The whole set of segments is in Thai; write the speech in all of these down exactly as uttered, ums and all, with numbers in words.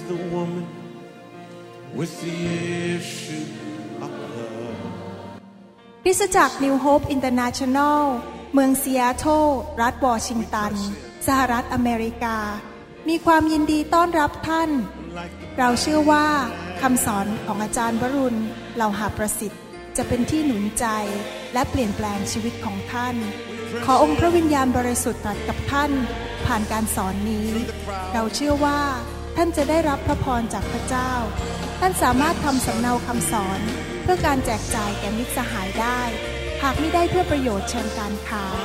the woman with the issue of blood คริสตจักร New Hope International เมืองซีแอตเทิลรัฐวอชิงตันสหรัฐอเมริกามีความยินดีต้อนรับท่านเราเชื่อว่าคำสอนของอาจารย์วรุณเหล่าหาประสิทธิ์จะเป็นที่หนุนใจและเปลี่ยนแปลงชีวิตของท่านขอองค์พระวิญญาณบริสุทธิ์ตรัสกับท่านผ่านการสอนนี้เราเชื่อว่าท่านจะได้รับพระพรจากพระเจ้าท่านสามารถทำสำเนาคำสอนเพื่อการแจกจ่ายแก่มิตรสหายได้หากไม่ได้เพื่อประโยชน์เชิงการค้า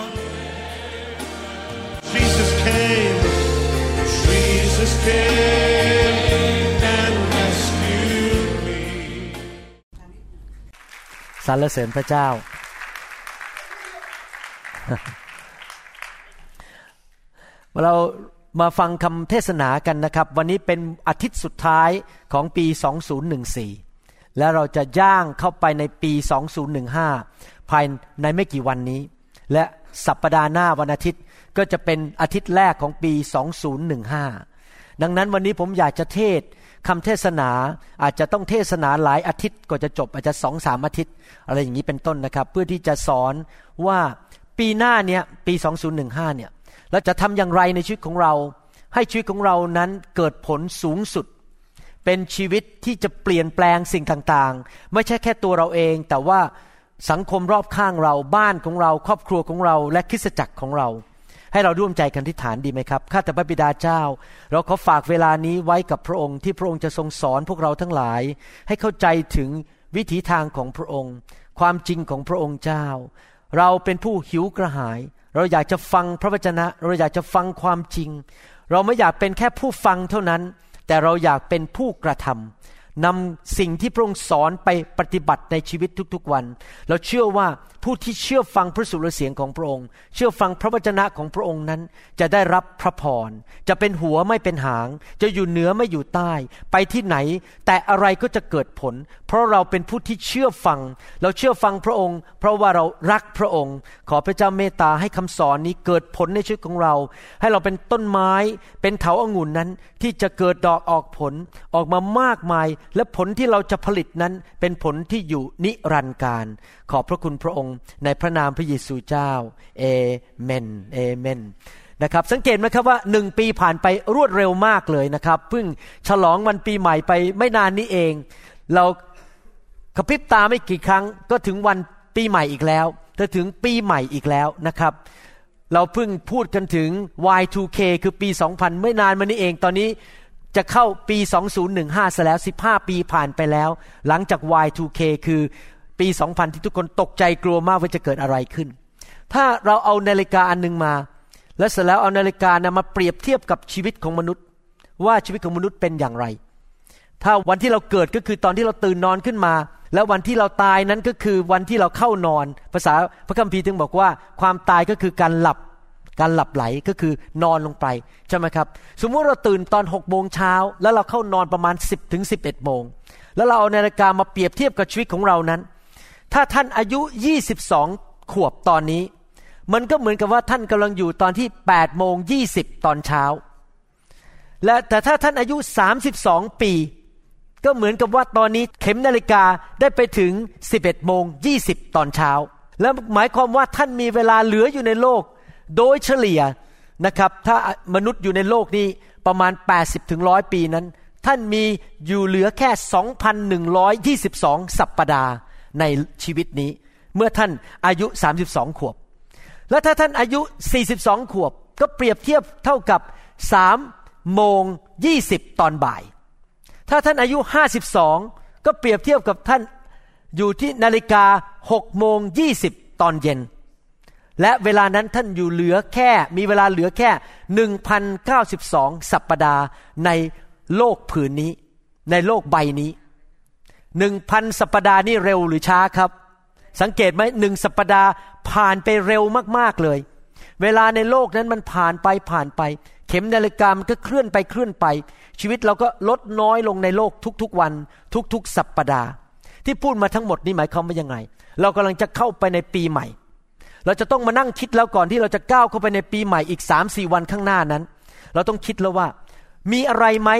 Jesus came Jesus came and rescued me สรรเสริญพระเจ้า เรามาฟังคำเทศนากันนะครับวันนี้เป็นอาทิตย์สุดท้ายของปีสองพันสิบสี่และเราจะย่างเข้าไปในปีสองพันสิบห้าภายในไม่กี่วันนี้และสัปดาห์หน้าวันอาทิตย์ก็จะเป็นอาทิตย์แรกของปีสองพันสิบห้าดังนั้นวันนี้ผมอยากจะเทศคำเทศนาอาจจะต้องเทศนาหลายอาทิตย์กว่าจะจบอาจจะ สองถึงสาม อาทิตย์อะไรอย่างนี้เป็นต้นนะครับเพื่อที่จะสอนว่าปีหน้าเนี้ยปีสองพันสิบห้าเนี่ยเราจะทำอย่างไรในชีวิตของเราให้ชีวิตของเรานั้นเกิดผลสูงสุดเป็นชีวิตที่จะเปลี่ยนแปลงสิ่งต่างๆไม่ใช่แค่ตัวเราเองแต่ว่าสังคมรอบข้างเราบ้านของเราครอบครัวของเราและคริสตจักรของเราให้เราร่วมใจกันอธิษฐานดีไหมครับข้าแต่พระบิดาเจ้าเราขอฝากเวลานี้ไว้กับพระองค์ที่พระองค์จะทรงสอนพวกเราทั้งหลายให้เข้าใจถึงวิถีทางของพระองค์ความจริงของพระองค์เจ้าเราเป็นผู้หิวกระหายเราอยากจะฟังพระวจนะเราอยากจะฟังความจริงเราไม่อยากเป็นแค่ผู้ฟังเท่านั้นแต่เราอยากเป็นผู้กระทำนำสิ่งที่พระองค์สอนไปปฏิบัติในชีวิตทุกๆวันเราเชื่อว่าผู้ที่เชื่อฟังพระสุรเสียงของพระองค์เชื่อฟังพระวจนะของพระองค์นั้นจะได้รับพระพรจะเป็นหัวไม่เป็นหางจะอยู่เหนือไม่อยู่ใต้ไปที่ไหนแต่อะไรก็จะเกิดผลเพราะเราเป็นผู้ที่เชื่อฟังเราเชื่อฟังพระองค์เพราะว่าเรารักพระองค์ขอพระเจ้าเมตตาให้คำสอนนี้เกิดผลในชีวิตของเราให้เราเป็นต้นไม้เป็นเถาองุ่นนั้นที่จะเกิดดอกออกผลออกมามากมายและผลที่เราจะผลิตนั้นเป็นผลที่อยู่นิรันดร์กาลขอบพระคุณพระองค์ในพระนามพระเยซูเจ้าเอเมนเอเมนนะครับสังเกตไหมครับว่าหนึ่งปีผ่านไปรวดเร็วมากเลยนะครับเพิ่งฉลองวันปีใหม่ไปไม่นานนี้เองเรากระพริบตาไม่กี่ครั้งก็ถึงวันปีใหม่อีกแล้วจะถึงปีใหม่อีกแล้วนะครับเราเพิ่งพูดกันถึง วาย ทู เค คือปีสองพันไม่นานมานี้เองตอนนี้จะเข้าปีสองพันสิบห้าซะแล้วสิบห้าปีผ่านไปแล้วหลังจาก วาย ทู เค คือปีสองพันที่ทุกคนตกใจกลัวมากว่าจะเกิดอะไรขึ้นถ้าเราเอานาฬิกาอันนึงมาแล้วเสร็จแล้วเอานาฬิกานะมาเปรียบเทียบกับชีวิตของมนุษย์ว่าชีวิตของมนุษย์เป็นอย่างไรถ้าวันที่เราเกิดก็คือตอนที่เราตื่นนอนขึ้นมาแล้ววันที่เราตายนั้นก็คือวันที่เราเข้านอนภาษาพระคัมภีร์ถึงบอกว่าความตายก็คือการหลับการหลับไหลก็คือนอนลงไปใช่ไหมครับสมมุติเราตื่นตอนหกโมงเช้าแล้วเราเข้านอนประมาณสิบถึงสิบเอ็ดโมงแล้วเราเอานาฬิกามาเปรียบเทียบกับชีวิตของเรานั้นถ้าท่านอายุยี่สิบสองขวบตอนนี้มันก็เหมือนกับว่าท่านกำลังอยู่ตอนที่แปดโมงยี่สิบตอนเช้าและแต่ถ้าท่านอายุสามสิบสองปีก็เหมือนกับว่าตอนนี้เข็มนาฬิกาได้ไปถึงสิบเอ็ดโมงยี่สิบตอนเช้าแล้วหมายความว่าท่านมีเวลาเหลืออยู่ในโลกโดยเฉลี่ยนะครับถ้ามนุษย์อยู่ในโลกนี้ประมาณแปดสิบถึงหนึ่งร้อยปีนั้นท่านมีอยู่เหลือแค่ สองพันหนึ่งร้อยยี่สิบสอง สัปดาห์ในชีวิตนี้เมื่อท่านอายุสามสิบสองขวบและถ้าท่านอายุสี่สิบสองขวบก็เปรียบเทียบเท่ากับสามโมงยี่สิบตอนบ่ายถ้าท่านอายุห้าสิบสองก็เปรียบเทียบกับท่านอยู่ที่นาฬิกาหกโมงยี่สิบตอนเย็นและเวลานั้นท่านอยู่เหลือแค่มีเวลาเหลือแค่ หนึ่งพันเก้าสิบสอง สัปดาห์ในโลกผืนนี้ในโลกใบนี้ หนึ่งพัน สัปดาห์นี่เร็วหรือช้าครับสังเกตไหมหนึ่งสัปดาห์ผ่านไปเร็วมากๆเลยเวลาในโลกนั้นมันผ่านไปผ่านไปเข็มนาฬิกามันก็เคลื่อนไปเคลื่อนไปชีวิตเราก็ลดน้อยลงในโลกทุกๆวันทุกๆสัปดาห์ที่พูดมาทั้งหมดนี้หมายความว่ายังไงเรากำลังจะเข้าไปในปีใหม่เราจะต้องมานั่งคิดแล้วก่อนที่เราจะก้าวเข้าไปในปีใหม่อีก สามถึงสี่ วันข้างหน้านั้นเราต้องคิดแล้วว่ามีอะไรไหม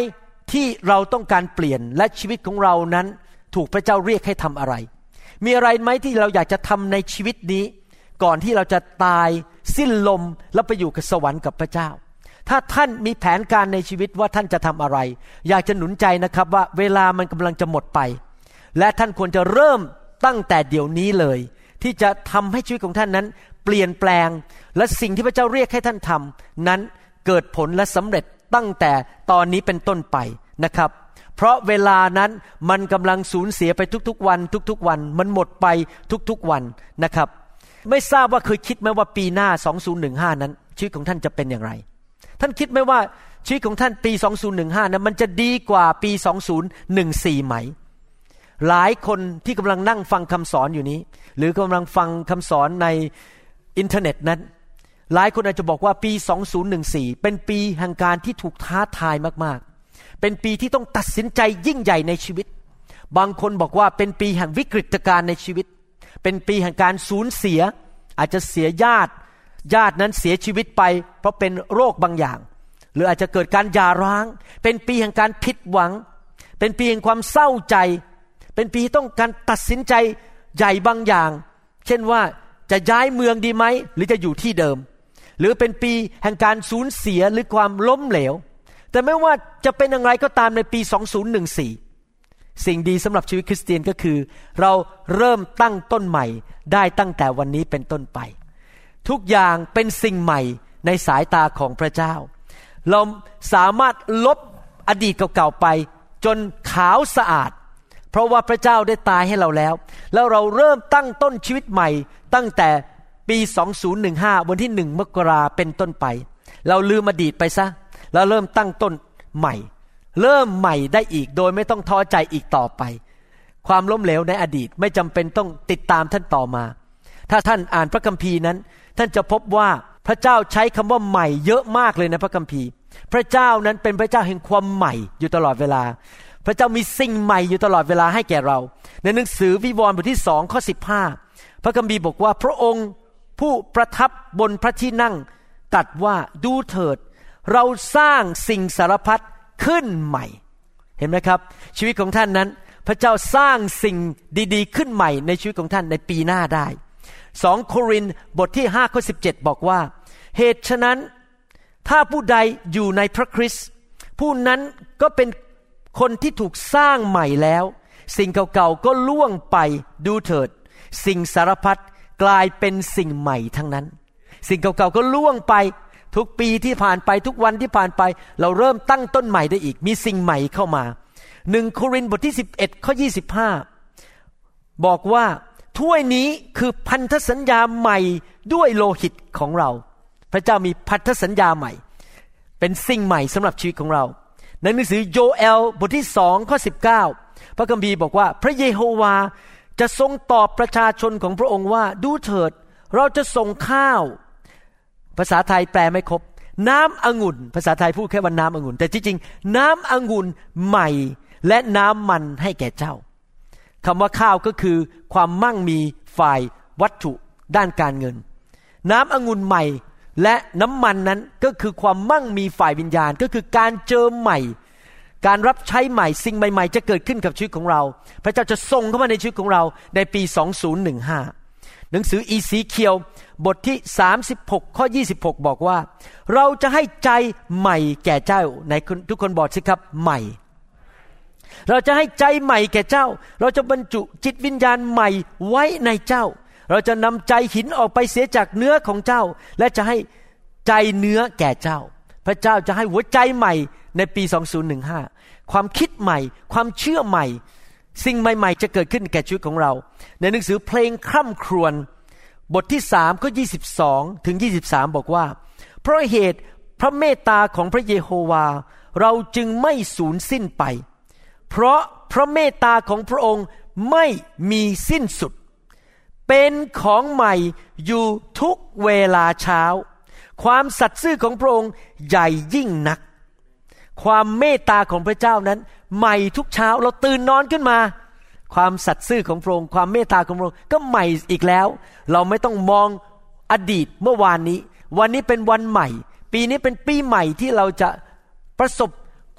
ที่เราต้องการเปลี่ยนและชีวิตของเรานั้นถูกพระเจ้าเรียกให้ทำอะไรมีอะไรไหมที่เราอยากจะทำในชีวิตนี้ก่อนที่เราจะตายสิ้นลมแล้วไปอยู่กับสวรรค์กับพระเจ้าถ้าท่านมีแผนการในชีวิตว่าท่านจะทำอะไรอยากจะหนุนใจนะครับว่าเวลามันกำลังจะหมดไปและท่านควรจะเริ่มตั้งแต่เดี๋ยวนี้เลยที่จะทำให้ชีวิตของท่านนั้นเปลี่ยนแปลงและสิ่งที่พระเจ้าเรียกให้ท่านทำนั้นเกิดผลและสำเร็จตั้งแต่ตอนนี้เป็นต้นไปนะครับเพราะเวลานั้นมันกำลังสูญเสียไปทุกๆวันทุกๆวันมันหมดไปทุกๆวันนะครับไม่ทราบว่าเคยคิดไหมว่าปีหน้าสองพันสิบห้านั้นชีวิตของท่านจะเป็นอย่างไรท่านคิดไหมว่าชีวิตของท่านปีสองพันสิบห้านั้นมันจะดีกว่าปีสองพันสิบสี่ไหมหลายคนที่กำลังนั่งฟังคำสอนอยู่นี้หรือกำลังฟังคำสอนในอินเทอร์เน็ตนั้นหลายคนอาจจะบอกว่าปีสองพันสิบสี่เป็นปีแห่งการที่ถูกท้าทายมากๆเป็นปีที่ต้องตัดสินใจยิ่งใหญ่ในชีวิตบางคนบอกว่าเป็นปีแห่งวิกฤตการณ์ในชีวิตเป็นปีแห่งการสูญเสียอาจจะเสียญาติญาตินั้นเสียชีวิตไปเพราะเป็นโรคบางอย่างหรืออาจจะเกิดการหย่าร้างเป็นปีแห่งการผิดหวังเป็นปีแห่งความเศร้าใจเป็นปีที่ต้องการตัดสินใจใหญ่บางอย่างเช่นว่าจะย้ายเมืองดีไหมหรือจะอยู่ที่เดิมหรือเป็นปีแห่งการสูญเสียหรือความล้มเหลวแต่ไม่ว่าจะเป็นอย่างไรก็ตามในปีสองพันสิบสี่สิ่งดีสำหรับชีวิตคริสเตียนก็คือเราเริ่มตั้งต้นใหม่ได้ตั้งแต่วันนี้เป็นต้นไปทุกอย่างเป็นสิ่งใหม่ในสายตาของพระเจ้าเราสามารถลบอดีตเก่าๆไปจนขาวสะอาดเพราะว่าพระเจ้าได้ตายให้เราแล้วแล้วเราเริ่มตั้งต้นชีวิตใหม่ตั้งแต่ปีสองพันสิบห้าวันที่หนึ่งมกราเป็นต้นไปเราลืมอดีตไปซะแล้วเริ่มตั้งต้นใหม่เริ่มใหม่ได้อีกโดยไม่ต้องท้อใจอีกต่อไปความล้มเหลวในอดีตไม่จำเป็นต้องติดตามท่านต่อมาถ้าท่านอ่านพระคัมภีร์นั้นท่านจะพบว่าพระเจ้าใช้คำว่าใหม่เยอะมากเลยในพระคัมภีร์พระเจ้านั้นเป็นพระเจ้าแห่งความใหม่อยู่ตลอดเวลาพระเจ้ามีสิ่งใหม่อยู่ตลอดเวลาให้แก่เราในหนังสือวิวรณ์บทที่สองข้อสิบห้าพระคัมภีร์บอกว่าพระองค์ผู้ประทับบนพระที่นั่งตรัสว่าดูเถิดเราสร้างสิ่งสารพัดขึ้นใหม่เห็นไหมครับชีวิตของท่านนั้นพระเจ้าสร้างสิ่งดีๆขึ้นใหม่ในชีวิตของท่านในปีหน้าได้สองโครินธ์บทที่ห้าข้อสิบเจ็ดบอกว่าเหตุฉะนั้นถ้าผู้ใดอยู่ในพระคริสต์ผู้นั้นก็เป็นคนที่ถูกสร้างใหม่แล้วสิ่งเก่าๆก็ล่วงไปดูเถิดสิ่งสารพัดกลายเป็นสิ่งใหม่ทั้งนั้นสิ่งเก่าๆก็ล่วงไปทุกปีที่ผ่านไปทุกวันที่ผ่านไปเราเริ่มตั้งต้นใหม่ได้อีกมีสิ่งใหม่เข้ามาหนึ่งโครินธ์บทที่สิบเอ็ดข้อยี่สิบห้าบอกว่าถ้วยนี้คือพันธสัญญาใหม่ด้วยโลหิตของเราพระเจ้ามีพันธสัญญาใหม่เป็นสิ่งใหม่สำหรับชีวิตของเราในหนังสือโยเอลบทที่สองข้อสิบเก้าพระคัมภีร์บอกว่าพระเยโฮวาจะทรงตอบประชาชนของพระองค์ว่าดูเถิดเราจะส่งข้าวภาษาไทยแปลไม่ครบน้ำองุ่นภาษาไทยพูดแค่ว่าน้ำองุ่นแต่จริงๆน้ำองุ่นใหม่และน้ำมันให้แก่เจ้าคำว่าข้าวก็คือความมั่งมีฝ่ายวัตถุด้านการเงินน้ำองุ่นใหม่และน้ำมันนั้นก็คือความมั่งมีฝ่ายวิญญาณก็คือการเจิมใหม่การรับใช้ใหม่สิ่งใหม่ๆจะเกิดขึ้นกับชีวิตของเราพระเจ้าจะส่งเข้ามาในชีวิตของเราในปีสองพันสิบห้าหนังสืออีสีเคียวบทที่สามสิบหกข้อยี่สิบหกบอกว่าเราจะให้ใจใหม่แก่เจ้าไหนทุกคนบอกสิครับใหม่เราจะให้ใจใหม่แก่เจ้าเราจะบรรจุจิตวิญญาณใหม่ไว้ในเจ้าเราจะนำใจหินออกไปเสียจากเนื้อของเจ้าและจะให้ใจเนื้อแก่เจ้าพระเจ้าจะให้หัวใจใหม่ในปีสองพันสิบห้าความคิดใหม่ความเชื่อใหม่สิ่งใหม่ๆจะเกิดขึ้นแก่ชีวิตของเราในหนังสือเพลงคร่ำครวญบทที่สามข้อยี่สิบสองถึงยี่สิบสามบอกว่าเพราะเหตุพระเมตตาของพระเยโฮวาเราจึงไม่สูญสิ้นไปเพราะพระเมตตาของพระองค์ไม่มีสิ้นสุดเป็นของใหม่อยู่ทุกเวลาเช้าความสัตย์ซื่อของพระองค์ใหญ่ยิ่งนักความเมตตาของพระเจ้านั้นใหม่ทุกเช้าเราตื่นนอนขึ้นมาความสัตย์ซื่อของพระองค์ความเมตตาของพระองค์ก็ใหม่อีกแล้วเราไม่ต้องมองอดีตเมื่อวานนี้วันนี้เป็นวันใหม่ปีนี้เป็นปีใหม่ที่เราจะประสบ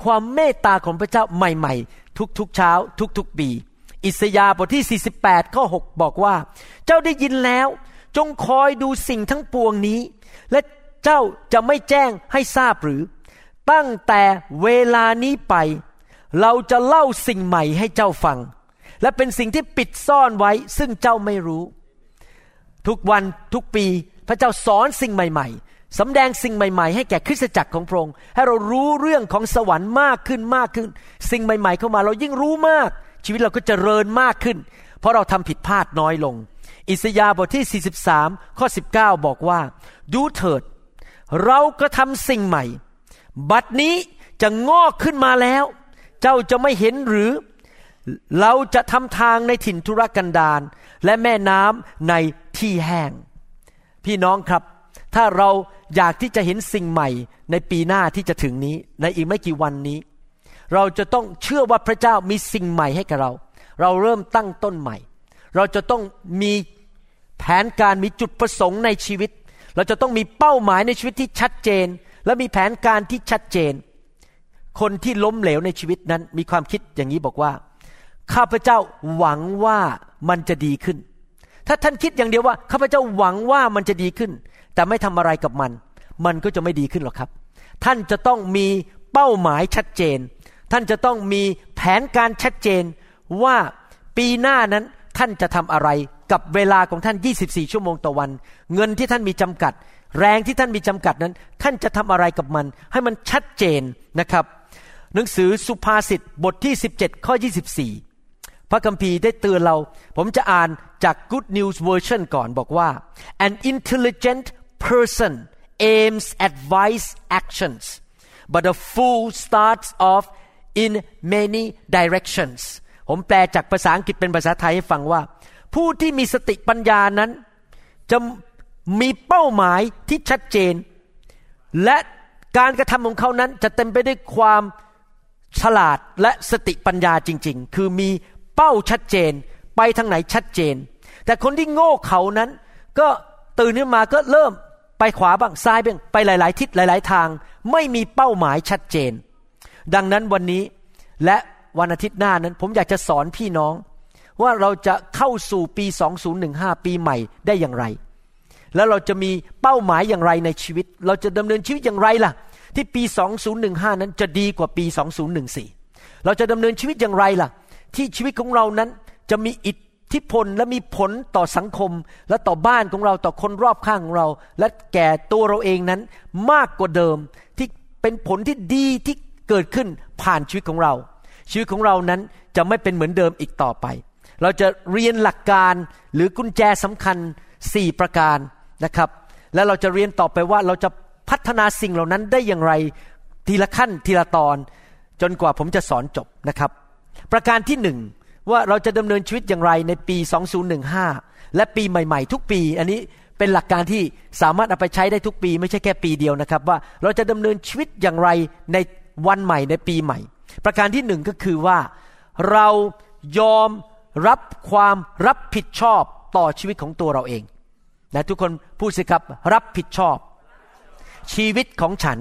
ความเมตตาของพระเจ้าใหม่ๆทุกๆเช้าทุกๆปีอิสยาห์บทที่สี่สิบแปดข้อหกบอกว่าเจ้าได้ยินแล้วจงคอยดูสิ่งทั้งปวงนี้และเจ้าจะไม่แจ้งให้ทราบหรือตั้งแต่เวลานี้ไปเราจะเล่าสิ่งใหม่ให้เจ้าฟังและเป็นสิ่งที่ปิดซ่อนไว้ซึ่งเจ้าไม่รู้ทุกวันทุกปีพระเจ้าสอนสิ่งใหม่ๆสำแดงสิ่งใหม่ๆให้แก่คริสตจักรของพระองค์ให้เรารู้เรื่องของสวรรค์มากขึ้นมากขึ้นสิ่งใหม่ๆเข้ามาเรายิ่งรู้มากชีวิตเราก็เจริญมากขึ้นเพราะเราทำผิดพลาดน้อยลงอิสยาห์บทที่สี่สิบสามข้อสิบเก้าบอกว่าดูเถิดเรากระทำสิ่งใหม่บัดนี้จะงอกขึ้นมาแล้วเจ้าจะไม่เห็นหรือเราจะทำทางในถิ่นทุรกันดารและแม่น้ำในที่แห้งพี่น้องครับถ้าเราอยากที่จะเห็นสิ่งใหม่ในปีหน้าที่จะถึงนี้ในอีกไม่กี่วันนี้เราจะต้องเชื่อว่าพระเจ้ามีสิ่งใหม่ให้กับเราเราเริ่มตั้งต้นใหม่เราจะต้องมีแผนการมีจุดประสงค์ในชีวิตเราจะต้องมีเป้าหมายในชีวิตที่ชัดเจนและมีแผนการที่ชัดเจนคนที่ล้มเหลวในชีวิตนั้นมีความคิดอย่างนี้บอกว่าข้าพเจ้าหวังว่ามันจะดีขึ้นถ้าท่านคิดอย่างเดียวว่าข้าพเจ้าหวังว่ามันจะดีขึ้นแต่ไม่ทำอะไรกับมันมันก็จะไม่ดีขึ้นหรอกครับท่านจะต้องมีเป้าหมายชัดเจนท่านจะต้องมีแผนการชัดเจนว่าปีหน้านั้นท่านจะทำอะไรกับเวลาของท่านยี่สิบสี่ชั่วโมงต่อวันเงินที่ท่านมีจำกัดแรงที่ท่านมีจำกัดนั้นท่านจะทำอะไรกับมันให้มันชัดเจนนะครับหนังสือสุภาษิตบทที่สิบเจ็ดข้อยี่สิบสี่พระคัมภีร์ได้เตือนเราผมจะอ่านจาก Good News Version ก่อนบอกว่า An intelligent person aims at wise actions but a fool starts off in many directions ผมแปลจากภาษาอังกฤษเป็นภาษาไทยให้ฟังว่าผู้ที่มีสติปัญญานั้นจะมีเป้าหมายที่ชัดเจนและการกระทำของเขานั้นจะเต็มไปด้วยความฉลาดและสติปัญญาจริงๆคือมีเป้าชัดเจนไปทางไหนชัดเจนแต่คนที่โง่เขลานั้นก็ตื่นขึ้นมาก็เริ่มไปขวาบ้างซ้ายบ้างไปหลายๆทิศหลายๆทางไม่มีเป้าหมายชัดเจนดังนั้นวันนี้และวันอาทิตย์หน้านั้นผมอยากจะสอนพี่น้องว่าเราจะเข้าสู่ปีสองพันสิบห้าปีใหม่ได้อย่างไรแล้วเราจะมีเป้าหมายอย่างไรในชีวิตเราจะดำเนินชีวิตอย่างไรล่ะที่ปีสองพันสิบห้านั้นจะดีกว่าปีสองพันสิบสี่เราจะดำเนินชีวิตอย่างไรล่ะที่ชีวิตของเรานั้นจะมีอิทธิพลและมีผลต่อสังคมและต่อบ้านของเราต่อคนรอบข้างของเราและแก่ตัวเราเองนั้นมากกว่าเดิมที่เป็นผลที่ดีที่เกิดขึ้นผ่านชีวิตของเราชีวิตของเรานั้นจะไม่เป็นเหมือนเดิมอีกต่อไปเราจะเรียนหลักการหรือกุญแจสำคัญสี่ประการนะครับและเราจะเรียนต่อไปว่าเราจะพัฒนาสิ่งเหล่านั้นได้อย่างไรทีละขั้นทีละตอนจนกว่าผมจะสอนจบนะครับประการที่หนึ่งว่าเราจะดำเนินชีวิตอย่างไรในปีสองพันสิบห้าและปีใหม่ๆทุกปีอันนี้เป็นหลักการที่สามารถเอาไปใช้ได้ทุกปีไม่ใช่แค่ปีเดียวนะครับว่าเราจะดำเนินชีวิตอย่างไรในวันใหม่ในปีใหม่ประการที่หนึ่งก็คือว่าเรายอมรับความรับผิดชอบต่อชีวิตของตัวเราเองนะทุกคนพูดสิครับรับผิดชอบชีวิตของฉัน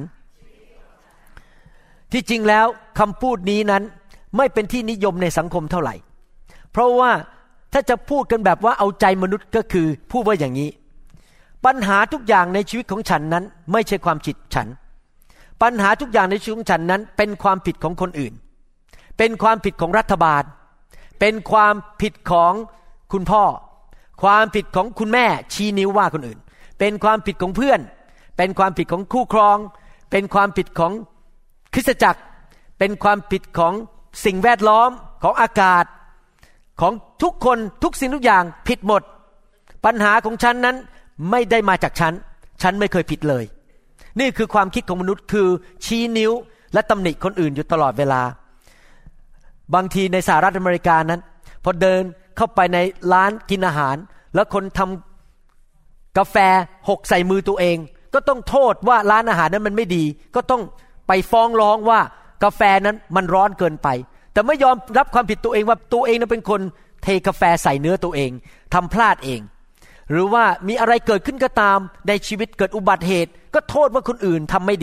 ที่จริงแล้วคำพูดนี้นั้นไม่เป็นที่นิยมในสังคมเท่าไหร่เพราะว่าถ้าจะพูดกันแบบว่าเอาใจมนุษย์ก็คือพูดว่าอย่างนี้ปัญหาทุกอย่างในชีวิตของฉันนั้นไม่ใช่ความผิดฉันปัญหาทุกอย่างในชีวิตของฉันนั้นเป็นความผิดของคนอื่นเป็นความผิดของรัฐบาลเป็นความผิดของคุณพ่อความผิดของคุณแม่ชี้นิ้วว่าคนอื่นเป็นความผิดของเพื่อนเป็นความผิดของคู่ครองเป็นความผิดของคริสตจักรเป็นความผิดของสิ่งแวดล้อมของอากาศของทุกคนทุกสิ่งทุกอย่างผิดหมดปัญหาของฉันนั้นไม่ได้มาจากฉันฉันไม่เคยผิดเลยนี่คือความคิดของมนุษย์คือชี้นิ้วและตำหนิคนอื่นอยู่ตลอดเวลาบางทีในสหรัฐอเมริกานั้นพอเดินเข้าไปในร้านกินอาหารแล้วคนทำกาแฟหกใส่มือตัวเองก็ต้องโทษว่าร้านอาหารนั้นมันไม่ดีก็ต้องไปฟ้องร้องว่ากาแฟนั้นมันร้อนเกินไปแต่ไม่ยอมรับความผิดตัวเองว่าตัวเองนั้นเป็นคนเทกาแฟใส่เนื้อตัวเองทำพลาดเองหรือว่ามีอะไรเกิดขึ้นก็ตามในชีวิตเกิดอุบัติเหตุก็โทษว่าคนอื่นทำไม่ดี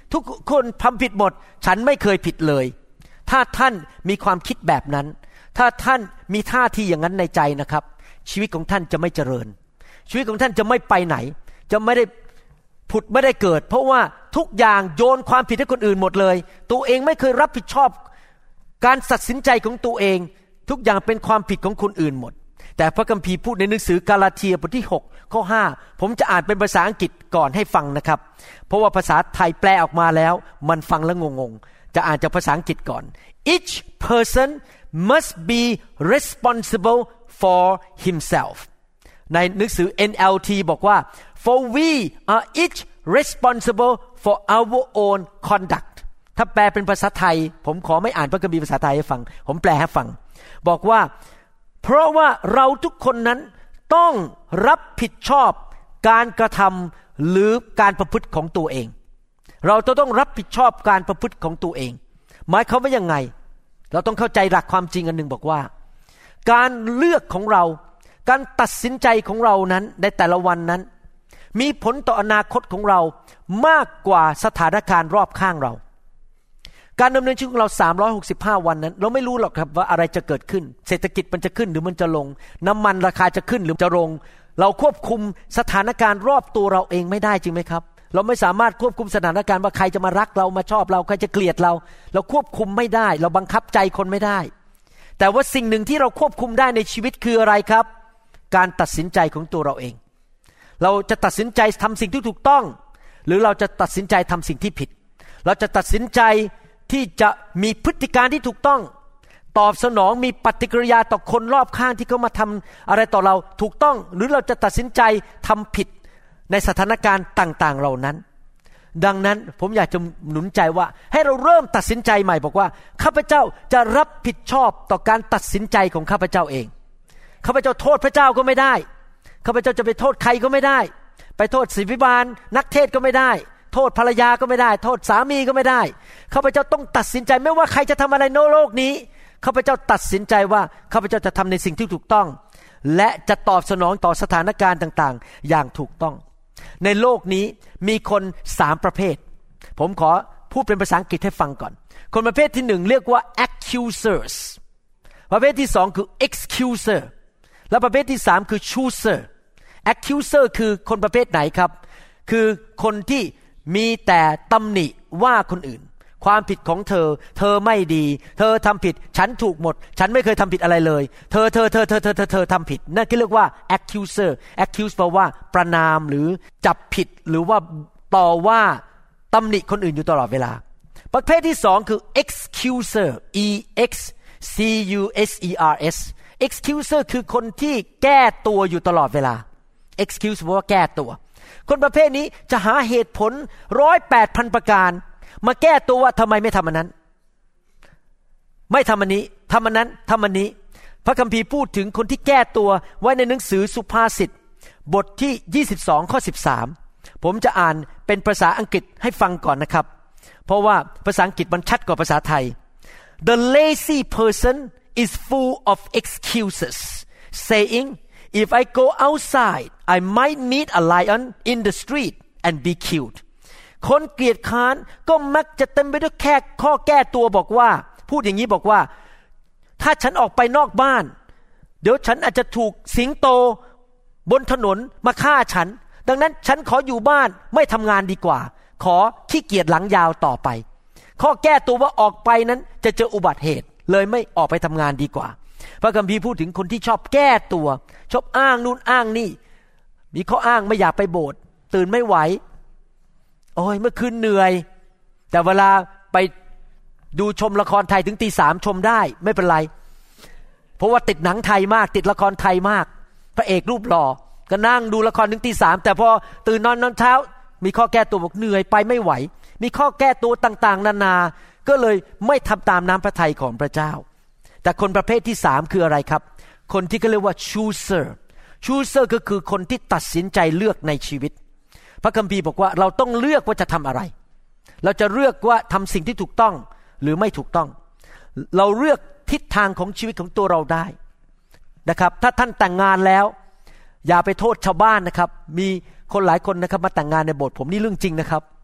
ทุกคนทำผิดหมดฉันไม่เคยผิดเลยถ้าท่านมีความคิดแบบนั้นถ้าท่านมีท่าทีอย่างนั้นในใจนะครับชีวิตของท่านจะไม่เจริญชีวิตของท่านจะไม่ไปไหนจะไม่ได้ผุดไม่ได้เกิดเพราะว่าทุกอย่างโยนความผิดให้คนอื่นหมดเลยตัวเองไม่เคยรับผิดชอบการตัดสินใจของตัวเองทุกอย่างเป็นความผิดของคนอื่นหมดแต่พระคัมภีร์พูดในหนังสือกาลาเทียบทที่หกข้อห้าผมจะอ่านเป็นภาษาอังกฤษก่อนให้ฟังนะครับเพราะว่าภาษาไทยแปลออกมาแล้วมันฟังแล้วงงๆจะอ่านจากภาษาอังกฤษก่อน Each person must be responsible for himself ในหนังสือ เอ็น แอล ที บอกว่า for we are each responsible for our own conduct ถ้าแปลเป็นภาษาไทยผมขอไม่อ่านพระคัมภีร์ภาษาไทยให้ฟังผมแปลให้ฟังบอกว่าเพราะว่าเราทุกคนนั้นต้องรับผิดชอบการกระทำหรือการประพฤติของตัวเองเราจะต้องรับผิดชอบการประพฤติของตัวเองหมายความว่ายังไงเราต้องเข้าใจหลักความจริงอันหนึ่งบอกว่าการเลือกของเราการตัดสินใจของเรานั้นในแต่ละวันนั้นมีผลต่ออนาคตของเรามากกว่าสถานการณ์รอบข้างเราการดำเนินชีวิตของเราสามร้อยหกสิบห้าวันนั้นเราไม่รู้หรอกครับว่าอะไรจะเกิดขึ้นเศรษฐกิจมันจะขึ้นหรือมันจะลงน้ำมันราคาจะขึ้นหรือจะลงเราควบคุมสถานการณ์รอบตัวเราเองไม่ได้จริงไหมครับเราไม่สามารถควบคุมสถานการณ์ว่าใครจะมารักเรามาชอบเราใครจะเกลียดเราเราควบคุมไม่ได้เราบังคับใจคนไม่ได้แต่ว่าสิ่งหนึ่งที่เราควบคุมได้ในชีวิตคืออะไรครับการตัดสินใจของตัวเราเองเราจะตัดสินใจทำสิ่งที่ถูกต้องหรือเราจะตัดสินใจทำสิ่งที่ผิดเราจะตัดสินใจที่จะมีพฤติการที่ถูกต้องตอบสนองมีปฏิกิริยาต่อคนรอบข้างที่เขามาทำอะไรต่อเราถูกต้องหรือเราจะตัดสินใจทำผิดในสถานการณ์ต่างๆเหล่านั้นดังนั้นผมอยากจะหนุนใจว่าให้เราเริ่มตัดสินใจใหม่บอกว่าข้าพเจ้าจะรับผิดชอบต่อการตัดสินใจของข้าพเจ้าเองข้าพเจ้าโทษพระเจ้าก็ไม่ได้ข้าพเจ้าจะไปโทษใครก็ไม่ได้ไปโทษศิษยาภิบาลนักเทศก็ไม่ได้โทษภรรยาก็ไม่ได้โทษสามีก็ไม่ได้ข้าพเจ้าต้องตัดสินใจไม่ว่าใครจะทำอะไรในโลกนี้ข้าพเจ้าตัดสินใจว่าข้าพเจ้าจะทำในสิ่งที่ถูกต้องและจะตอบสนองต่อสถานการณ์ต่างๆอย่างถูกต้องในโลกนี้มีคนสามประเภทผมขอพูดเป็นภาษาอังกฤษให้ฟังก่อนคนประเภทที่หนึ่งเรียกว่า accusers ประเภทที่สองคือ excuser และประเภทที่สามคือ chooser accuser คือคนประเภทไหนครับคือคนที่มีแต่ตำหนิว่าคนอื่นความผิดของเธอเธอไม่ดีเธอทำผิดฉันถูกหมดฉันไม่เคยทำผิดอะไรเลยเธอเธอเธอเธอเธอเธอเธอทำผิดนั่นคือเรียกว่า accuser accuse แปลว่าประณามหรือจับผิดหรือว่าต่อว่าตำหนิคนอื่นอยู่ตลอดเวลาประเภทที่สองคือ excuser e x c u s e r s excuser คือคนที่แก้ตัวอยู่ตลอดเวลา excuse แปลว่าแก้ตัวคนประเภทนี้จะหาเหตุผลร้อยแปดพันประการมาแก้ตัวว่าทำไมไม่ทำอันนั้นไม่ทำอันนี้ทำอันนั้นทำอันนี้พระคัมภีร์พูดถึงคนที่แก้ตัวไว้ในหนังสือสุภาษิตบทที่ยี่สิบสองข้อสิบสามผมจะอ่านเป็นภาษาอังกฤษให้ฟังก่อนนะครับเพราะว่าภาษาอังกฤษมันชัดกว่าภาษาไทย The lazy person is full of excuses saying if I go outside I might meet a lion in the street and be killed คนเกลียดค้านก็มักจะเต็มไปด้วยแค่ข้อแก้ตัวบอกว่าพูดอย่างนี้บอกว่าถ้าฉันออกไปนอกบ้านเดี๋ยวฉันอาจจะถูกสิงโตบนถนนมาฆ่าฉันดังนั้นฉันขออยู่บ้านไม่ทำงานดีกว่าขอขี้เกียจหลังยาวต่อไปข้อแก้ตัวว่าออกไปนั้นจะเจออุบัติเหตุเลยไม่ออกไปทำงานดีกว่าพระคัมภีร์พูดถึงคนที่ชอบแก้ตัวชอบอ้างนู่นอ้างนี่มีข้ออ้างไม่อยากไปโบสถ์ตื่นไม่ไหวโอ้ยเมื่อคืนเหนื่อยแต่เวลาไปดูชมละครไทยถึงตีสามชมได้ไม่เป็นไรเพราะว่าติดหนังไทยมากติดละครไทยมากพระเอกรูปหล่อก็นั่งดูละครถึงตีสามแต่พอตื่นนอนนอนเช้ามีข้อแก้ตัวบอกเหนื่อยไปไม่ไหวมีข้อแก้ตัวต่างๆนานาก็เลยไม่ทำตามน้ำพระทัยของพระเจ้าแต่คนประเภทที่สามคืออะไรครับคนที่เขาเรียกว่า chooser chooser ก็คือคนที่ตัดสินใจเลือกในชีวิตพระคัมภีร์บอกว่าเราต้องเลือกว่าจะทำอะไรเราจะเลือกว่าทำสิ่งที่ถูกต้องหรือไม่ถูกต้องเราเลือกทิศทางของชีวิตของตัวเราได้นะครับถ้าท่านแต่งงานแล้วอย่าไปโทษชาวบ้านนะครับมีคนหลายคนนะครับมาแต่งงานในโบสถ์ผมนี่เรื่องจริงนะครับ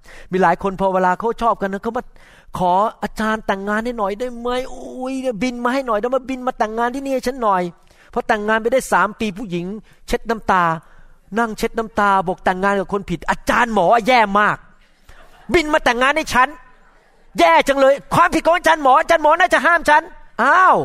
มีหลายคนพอเวลาเขาชอบกันนะเขามาขออาจารย์แต่งงานให้หน่อยได้ไหมอุ้ยบินมาให้หน่อยได้มาบินมาแต่งงานที่นี่ให้ฉันหน่อยพอแต่งงานไปได้สามปีผู้หญิงเช็ดน้ำตานั่งเช็ดน้ำตาบอกแต่งงานกับคนผิดอาจารย์หมอแย่มากบินมาแต่งงานให้ฉันแย่จังเลยความผิดของอาจารย์หมออาจารย์หมอน่าจะห้ามฉันอ้าว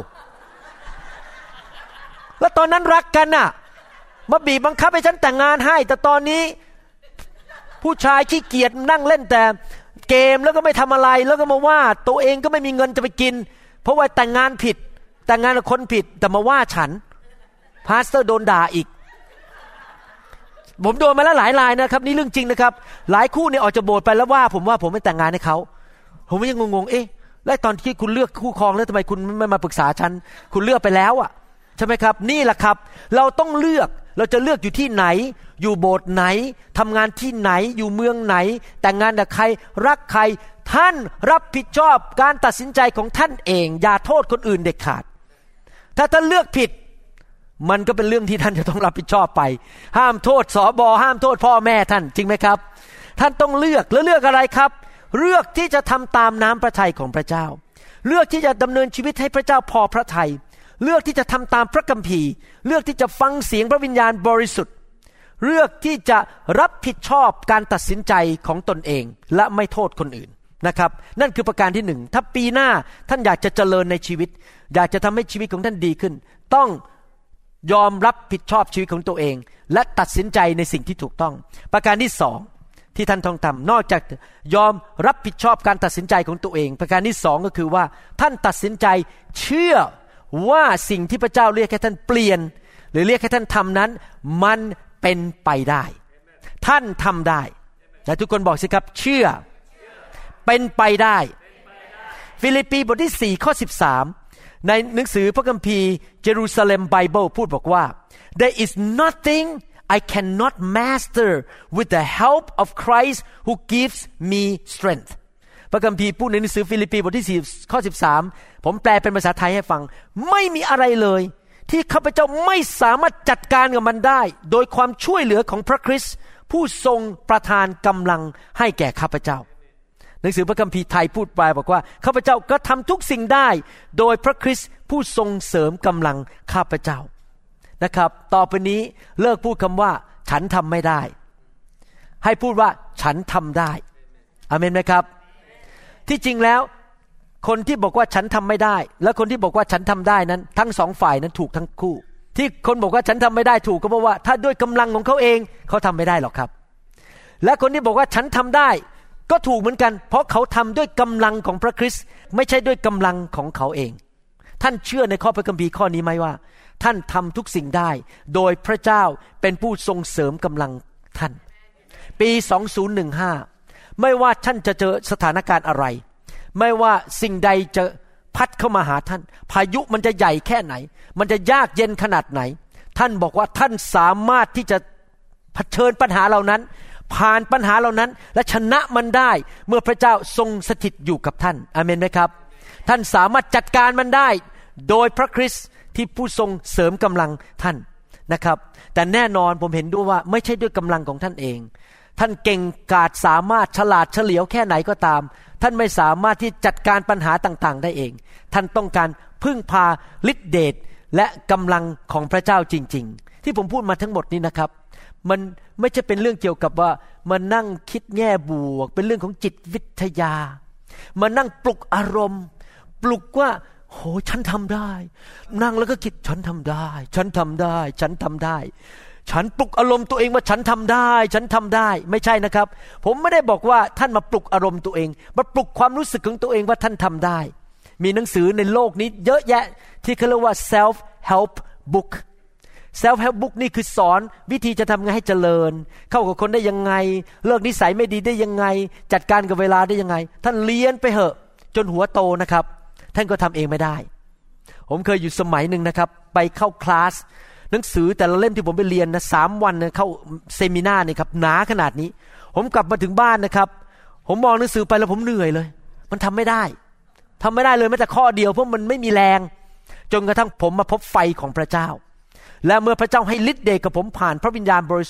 แล้วตอนนั้นรักกันน่ะมาบีบบังคับให้ฉันแต่งงานให้แต่ตอนนี้ผู้ชายขี้เกียจนั่งเล่นแต่เกมแล้วก็ไม่ทำอะไรแล้วก็มาว่าตัวเองก็ไม่มีเงินจะไปกินเพราะว่าแต่งงานผิดแต่งงานกับคนผิดแต่มาว่าฉันพาสเตอร์โดนด่าอีกผมโดนมาแล้วหลายรายนะครับนี่เรื่องจริงนะครับหลายคู่เนี่ยออกจากโบสถ์ไปแล้วว่าผมว่าผมไม่แต่งงานให้เขาผมยังงงๆเอ๊ะแล้วตอนที่คุณเลือกคู่ครองแล้วทำไมคุณไม่มาปรึกษาฉันคุณเลือกไปแล้วอ่ะใช่ไหมครับนี่แหละครับเราต้องเลือกเราจะเลือกอยู่ที่ไหนอยู่โบสถ์ไหนทำงานที่ไหนอยู่เมืองไหนแต่งงานกับใครรักใครท่านรับผิดชอบการตัดสินใจของท่านเองอย่าโทษคนอื่นเด็ดขาดถ้าท่านเลือกผิดมันก็เป็นเรื่องที่ท่านจะต้องรับผิดชอบไปห้ามโทษสบห้ามโทษพ่อแม่ท่านจริงไหมครับท่านต้องเลือกแล้วเลือกอะไรครับเลือกที่จะทำตามน้ำพระทัยของพระเจ้าเลือกที่จะดำเนินชีวิตให้พระเจ้าพอพระทัยเลือกที่จะทำตามพระคัมภีร์เลือกที่จะฟังเสียงพระวิญญาณบริสุทธิ์เลือกที่จะรับผิดชอบการตัดสินใจของตนเองและไม่โทษคนอื่นนะครับนั่นคือประการที่หนึ่งถ้าปีหน้าท่านอยากจะเจริญในชีวิตอยากจะทำให้ชีวิตของท่านดีขึ้นต้องยอมรับผิดชอบชีวิตของตัวเองและตัดสินใจในสิ่งที่ถูกต้องประการที่สองที่ท่านต้องทำนอกจากยอมรับผิดชอบการตัดสินใจของตัวเองประการที่สองก็คือว่าท่านตัดสินใจเชื่อว่าสิ่งที่พระเจ้าเรียกให้ท่านเปลี่ยนหรือเรียกให้ท่านทำนั้นมันเป็นไปได้ท่านทำได้แต่ทุกคนบอกสิครับเชื่อเป็นไปได้ฟิลิปปีบทที่สี่ข้อสิบสามในหนังสือพระคัมภีร์ Jerusalem Bible พูดบอกว่า There is nothing I cannot master with the help of Christ who gives me strength พระคัมภีร์พูดในหนังสือฟิลิปปีบทที่สี่ข้อสิบสามผมแปลเป็นภาษาไทยให้ฟังไม่มีอะไรเลยที่ข้าพเจ้าไม่สามารถจัดการกับมันได้โดยความช่วยเหลือของพระคริสต์ผู้ทรงประทานกำลังให้แก่ข้าพเจ้าหนังสือพระคัมภีร์ไทยพูดไปบอกว่าข้าพเจ้าก็ทำทุกสิ่งได้โดยพระคริสต์ผู้ทรงเสริมกำลังข้าพเจ้านะครับต่อไปนี้เลิกพูดคำว่าฉันทำไม่ได้ให้พูดว่าฉันทำได้อาเมนไหมครับที่จริงแล้วคนที่บอกว่าฉันทำไม่ได้และคนที่บอกว่าฉันทำได้นั้นทั้งสองฝ่ายนั้นถูกทั้งคู่ที่คนบอกว่าฉันทำไม่ได้ถูกก็เพราะว่าถ้าด้วยกำลังของเขาเองเขาทำไม่ได้หรอกครับและคนที่บอกว่าฉันทำได้ก็ถูกเหมือนกันเพราะเขาทำด้วยกำลังของพระคริสต์ไม่ใช่ด้วยกำลังของเขาเองท่านเชื่อในข้อพระคัมภีร์ข้อนี้ไหมว่าท่านทำทุกสิ่งได้โดยพระเจ้าเป็นผู้ทรงเสริมกำลังท่านปีสองพันสิบห้าไม่ว่าท่านจะเจอสถานการณ์อะไรไม่ว่าสิ่งใดจะพัดเข้ามาหาท่านพายุมันจะใหญ่แค่ไหนมันจะยากเย็นขนาดไหนท่านบอกว่าท่านสามารถที่จะเผชิญปัญหาเหล่านั้นผ่านปัญหาเหล่านั้นและชนะมันได้เมื่อพระเจ้าทรงสถิตอยู่กับท่านอาเมนไหมครับท่านสามารถจัดการมันได้โดยพระคริสต์ที่ผู้ทรงเสริมกำลังท่านนะครับแต่แน่นอนผมเห็นด้วยว่าไม่ใช่ด้วยกำลังของท่านเองท่านเก่งกาจสามารถฉลาดเฉลียวแค่ไหนก็ตามท่านไม่สามารถที่จัดการปัญหาต่างๆได้เองท่านต้องการพึ่งพาฤทธิเดชและกำลังของพระเจ้าจริงๆที่ผมพูดมาทั้งหมดนี้นะครับมันไม่ใช่เป็นเรื่องเกี่ยวกับว่ามานั่งคิดแง่บวกเป็นเรื่องของจิตวิทยามานั่งปลุกอารมณ์ปลุกว่าโหฉันทำได้นั่งแล้วก็คิดฉันทำได้ฉันทำได้ฉันทำได้ฉันปลุกอารมณ์ตัวเองว่าฉันทำได้ฉันทำได้ไม่ใช่นะครับผมไม่ได้บอกว่าท่านมาปลุกอารมณ์ตัวเองมาปลุกความรู้สึกของตัวเองว่าท่านทำได้มีหนังสือในโลกนี้เยอะแยะที่เขาเรียกว่า self help book self help book นี่คือสอนวิธีจะทำไงให้เจริญเข้ากับคนได้ยังไงเลิกนิสัยไม่ดีได้ยังไงจัดการกับเวลาได้ยังไงท่านเรียนไปเหอะจนหัวโตนะครับท่านก็ทำเองไม่ได้ผมเคยอยู่สมัยหนึ่งนะครับไปเข้าคลาสหนังสือแต่ละเล่มที่ผมไปเรียนนะสามวันนะเข้าเซมินาร์นี่ครับหนาขนาดนี้ผมกลับมาถึงบ้านนะครับผมมองหนังสือไปแล้วผมเหนื่อยเลยมันทำไม่ได้ทำไม่ได้เลยแม้แต่ข้อเดียวเพราะมันไม่มีแรงจนกระทั่งผมมาพบไฟของพระเจ้าและเมื่อพระเจ้าให้ฤทธิ์เดชกับผมผ่านพระวิญญาณบริสุทธิ์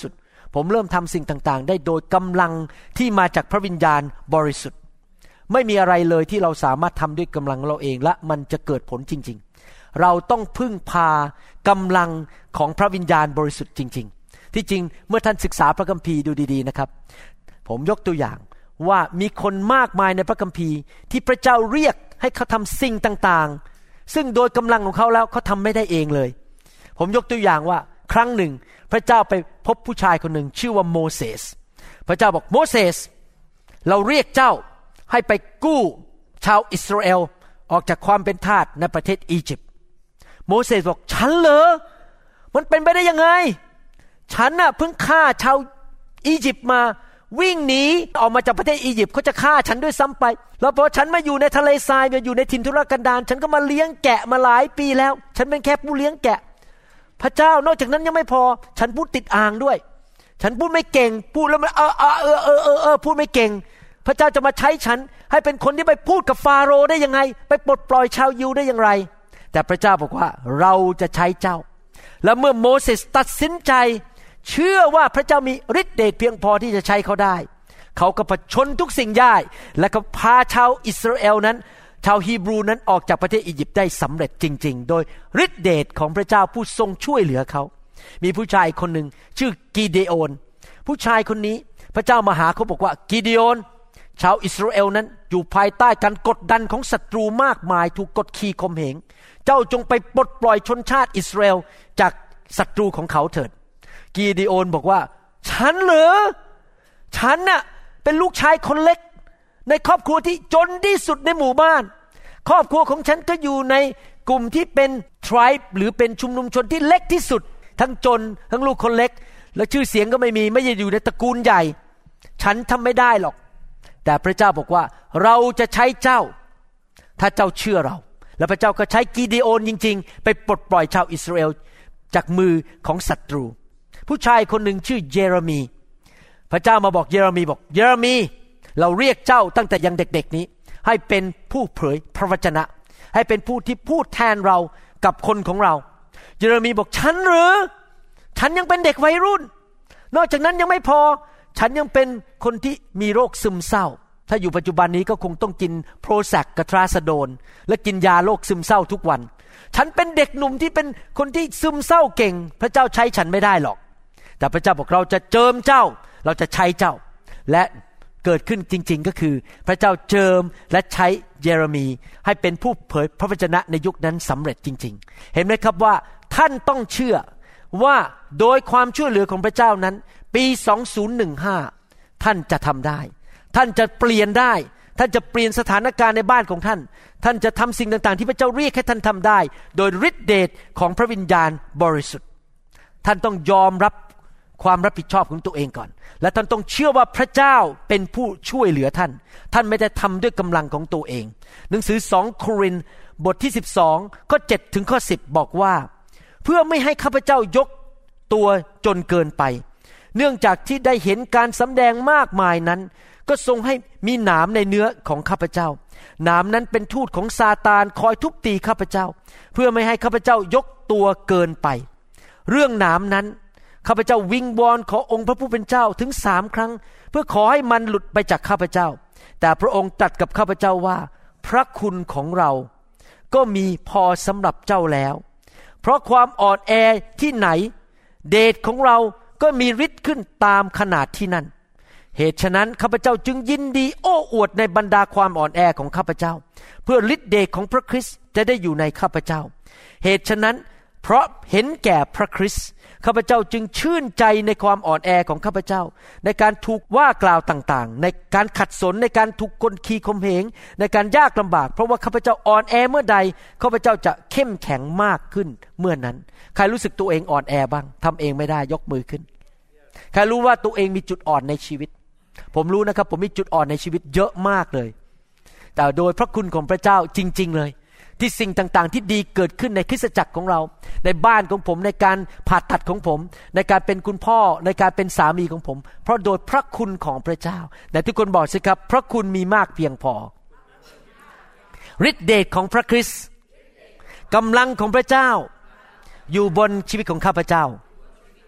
ผมเริ่มทำสิ่งต่างๆได้โดยกำลังที่มาจากพระวิญญาณบริสุทธิ์ไม่มีอะไรเลยที่เราสามารถทำด้วยกำลังเราเองและมันจะเกิดผลจริงๆเราต้องพึ่งพากำลังของพระวิญญาณบริสุทธิ์จริงๆที่จริงเมื่อท่านศึกษาพระคัมภีร์ดูดีๆนะครับผมยกตัวอย่างว่ามีคนมากมายในพระคัมภีร์ที่พระเจ้าเรียกให้เขาทำสิ่งต่างๆซึ่งโดยกำลังของเขาแล้วเขาทำไม่ได้เองเลยผมยกตัวอย่างว่าครั้งหนึ่งพระเจ้าไปพบผู้ชายคนหนึ่งชื่อว่าโมเสสพระเจ้าบอกโมเสสเราเรียกเจ้าให้ไปกู้ชาวอิสราเอลออกจากความเป็นทาสในประเทศอียิปต์โมเสสบอกฉันเหรอมันเป็นไปได้ยังไงฉันน่ะเพิ่งฆ่าชาวอียิปต์มาวิ่งหนีออกมาจากประเทศอียิปต์เขาจะฆ่าฉันด้วยซ้ำไปแล้วพอฉันมาอยู่ในทะเลทรายมาอยู่ในถิ่นทุรกันดารฉันก็มาเลี้ยงแกะมาหลายปีแล้วฉันเป็นแค่ผู้เลี้ยงแกะพระเจ้านอกจากนั้นยังไม่พอฉันพูดติดอ่างด้วยฉันพูดไม่เก่งพูดแล้วมันเออเออเออเออเออเออพูดไม่เก่งพระเจ้าจะมาใช้ฉันให้เป็นคนที่ไปพูดกับฟาโรห์ได้ยังไงไปปลดปล่อยชาวยิวได้อย่างไรแต่พระเจ้าบอกว่าเราจะใช้เจ้าแล้วเมื่อโมเสสตัดสินใจเชื่อว่าพระเจ้ามีฤทธิ์เดชเพียงพอที่จะใช้เขาได้เขาก็ผจญทุกสิ่งได้และก็พาชาวอิสราเอลนั้นชาวฮีบรูนั้นออกจากประเทศอียิปต์ได้สำเร็จจริงๆโดยฤทธิ์เดชของพระเจ้าผู้ทรงช่วยเหลือเขามีผู้ชายคนหนึ่งชื่อกิเดโอนผู้ชายคนนี้พระเจ้ามาหาเขาบอกว่ากิเดโอนชาวอิสราเอลนั้นอยู่ภายใต้การกดดันของศัตรูมากมายถูกกดขี่ข่มเหงเจ้าจงไปปลดปล่อยชนชาติอิสราเอลจากศัตรูของเขาเถิดกิเดโอนบอกว่าฉันเหรอฉันน่ะเป็นลูกชายคนเล็กในครอบครัวที่จนที่สุดในหมู่บ้านครอบครัวของฉันก็อยู่ในกลุ่มที่เป็น tribe หรือเป็นชุมนุมชนที่เล็กที่สุดทั้งจนทั้งลูกคนเล็กและชื่อเสียงก็ไม่มีไม่ได้อยู่ในตระกูลใหญ่ฉันทำไม่ได้หรอกแต่พระเจ้าบอกว่าเราจะใช้เจ้าถ้าเจ้าเชื่อเราและพระเจ้าก็ใช้กิเดโอนจริงๆไปปลดปล่อยชาวอิสราเอลจากมือของศัตรูผู้ชายคนหนึ่งชื่อเยเรมีพระเจ้ามาบอกเยเรมีบอกเยเรมีเราเรียกเจ้าตั้งแต่ยังเด็กๆนี้ให้เป็นผู้เผยพระวจนะให้เป็นผู้ที่พูดแทนเรากับคนของเราเยเรมีบอกฉันหรือฉันยังเป็นเด็กวัยรุ่นนอกจากนั้นยังไม่พอฉันยังเป็นคนที่มีโรคซึมเศร้าถ้าอยู่ปัจจุบันนี้ก็คงต้องกินโปรแซกกับทราซาโดนและกินยาโรคซึมเศร้าทุกวันฉันเป็นเด็กหนุ่มที่เป็นคนที่ซึมเศร้าเก่งพระเจ้าใช้ฉันไม่ได้หรอกแต่พระเจ้าบอกเราจะเจิมเจ้าเราจะใช้เจ้าและเกิดขึ้นจริงๆก็คือพระเจ้าเจิมและใช้เยเรมีให้เป็นผู้เผยพระวจนะในยุคนั้นสำเร็จจริงๆเห็นไหมครับว่าท่านต้องเชื่อว่าโดยความช่วยเหลือของพระเจ้านั้นปีสองพันสิบห้าท่านจะทำได้ท่านจะเปลี่ยนได้ท่านจะเปลี่ยนสถานการณ์ในบ้านของท่านท่านจะทำสิ่งต่างๆที่พระเจ้าเรียกให้ท่านทำได้โดยฤทธิเดชของพระวิญญาณบริสุทธิ์ท่านต้องยอมรับความรับผิดชอบของตัวเองก่อนและท่านต้องเชื่อว่าพระเจ้าเป็นผู้ช่วยเหลือท่านท่านไม่ได้ทำด้วยกำลังของตัวเองหนังสือสองโครินธ์บทที่สิบสองข้อเจ็ดถึงข้อสิบบอกว่าเพื่อไม่ให้ข้าพเจ้ายกตัวจนเกินไปเนื่องจากที่ได้เห็นการสำแดงมากมายนั้นก็ทรงให้มีหนามในเนื้อของข้าพเจ้าหนามนั้นเป็นทูตของซาตานคอยทุบตีข้าพเจ้าเพื่อไม่ให้ข้าพเจ้ายกตัวเกินไปเรื่องหนามนั้นข้าพเจ้าวิงวอนขอองค์พระผู้เป็นเจ้าถึงสามครั้งเพื่อขอให้มันหลุดไปจากข้าพเจ้าแต่พระองค์ตรัสกับข้าพเจ้าว่าพระคุณของเราก็มีพอสำหรับเจ้าแล้วเพราะความอ่อนแอที่ไหนเดชของเราก็มีฤทธิ์ขึ้นตามขนาดที่นั่นเหตุฉะนั้นข้าพเจ้าจึงยินดีโอ้อวดในบรรดาความอ่อนแอของข้าพเจ้าเพื่อฤทธิ์เดชของพระคริสต์จะได้อยู่ในข้าพเจ้าเหตุฉะนั้นเพราะเห็นแก่พระคริสต์ข้าพเจ้าจึงชื่นใจในความอ่อนแอของข้าพเจ้าในการถูกว่ากล่าวต่างๆในการขัดสนในการถูกกดขี่ข่มเหงในการยากลำบากเพราะว่าข้าพเจ้าอ่อนแอเมื่อใดข้าพเจ้าจะเข้มแข็งมากขึ้นเมื่อนั้นใครรู้สึกตัวเองอ่อนแอบ้างทำเองไม่ได้ยกมือขึ้นใครรู้ว่าตัวเองมีจุดอ่อนในชีวิตผมรู้นะครับผมมีจุดอ่อนในชีวิตเยอะมากเลยแต่โดยพระคุณของพระเจ้าจริงๆเลยที่สิ่งต่างๆที่ดีเกิดขึ้นในคริสตจักรของเราในบ้านของผมในการผ่าตัดของผมในการเป็นคุณพ่อในการเป็นสามีของผมเพราะโดยพระคุณของพระเจ้าแต่ทุกคนบอกสิครับพระคุณมีมากเพียงพอฤทธิเดชของพระคริสต์กำลังของพระเจ้าอยู่บนชีวิตของข้าพเจ้า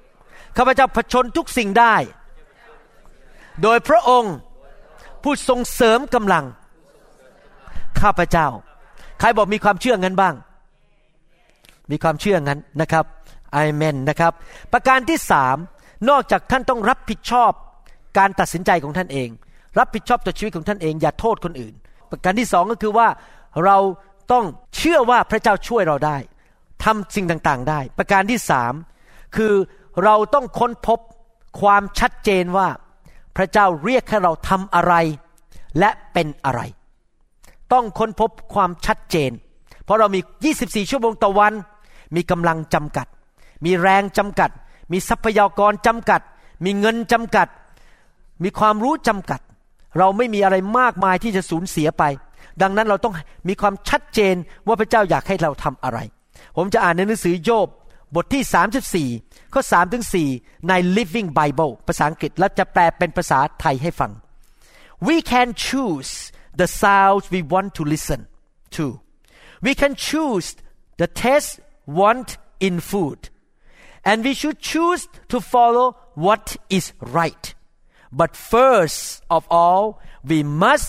ข้าพเจ้าผจญทุกสิ่งได้โดยพระองค์ผู้ทรงเสริมกำลังข้าพเจ้าใครบอกมีความเชื่องั้นบ้างมีความเชื่องั้นนะครับอาเมนนะครับประการที่สามนอกจากท่านต้องรับผิดชอบการตัดสินใจของท่านเองรับผิดชอบต่อชีวิตของท่านเองอย่าโทษคนอื่นประการที่สองก็คือว่าเราต้องเชื่อว่าพระเจ้าช่วยเราได้ทำสิ่งต่างๆได้ประการที่สามคือเราต้องค้นพบความชัดเจนว่าพระเจ้าเรียกให้เราทำอะไรและเป็นอะไรต้องค้นพบความชัดเจนเพราะเรามียี่สิบสี่ชั่วโมงต่อวันมีกำลังจำกัดมีแรงจำกัดมีทรัพยากรจำกัดมีเงินจำกัดมีความรู้จำกัดเราไม่มีอะไรมากมายที่จะสูญเสียไปดังนั้นเราต้องมีความชัดเจนว่าพระเจ้าอยากให้เราทำอะไรผมจะอ่านในหนังสือโยบบทที่สามสิบสี่ข้อสามถึงสี่ใน Living Bible ภาษาอังกฤษและจะแปลเป็นภาษาไทยให้ฟัง We can choose the sounds we want to listen to We can choose the taste want in food and we should choose to follow what is right but first of all we must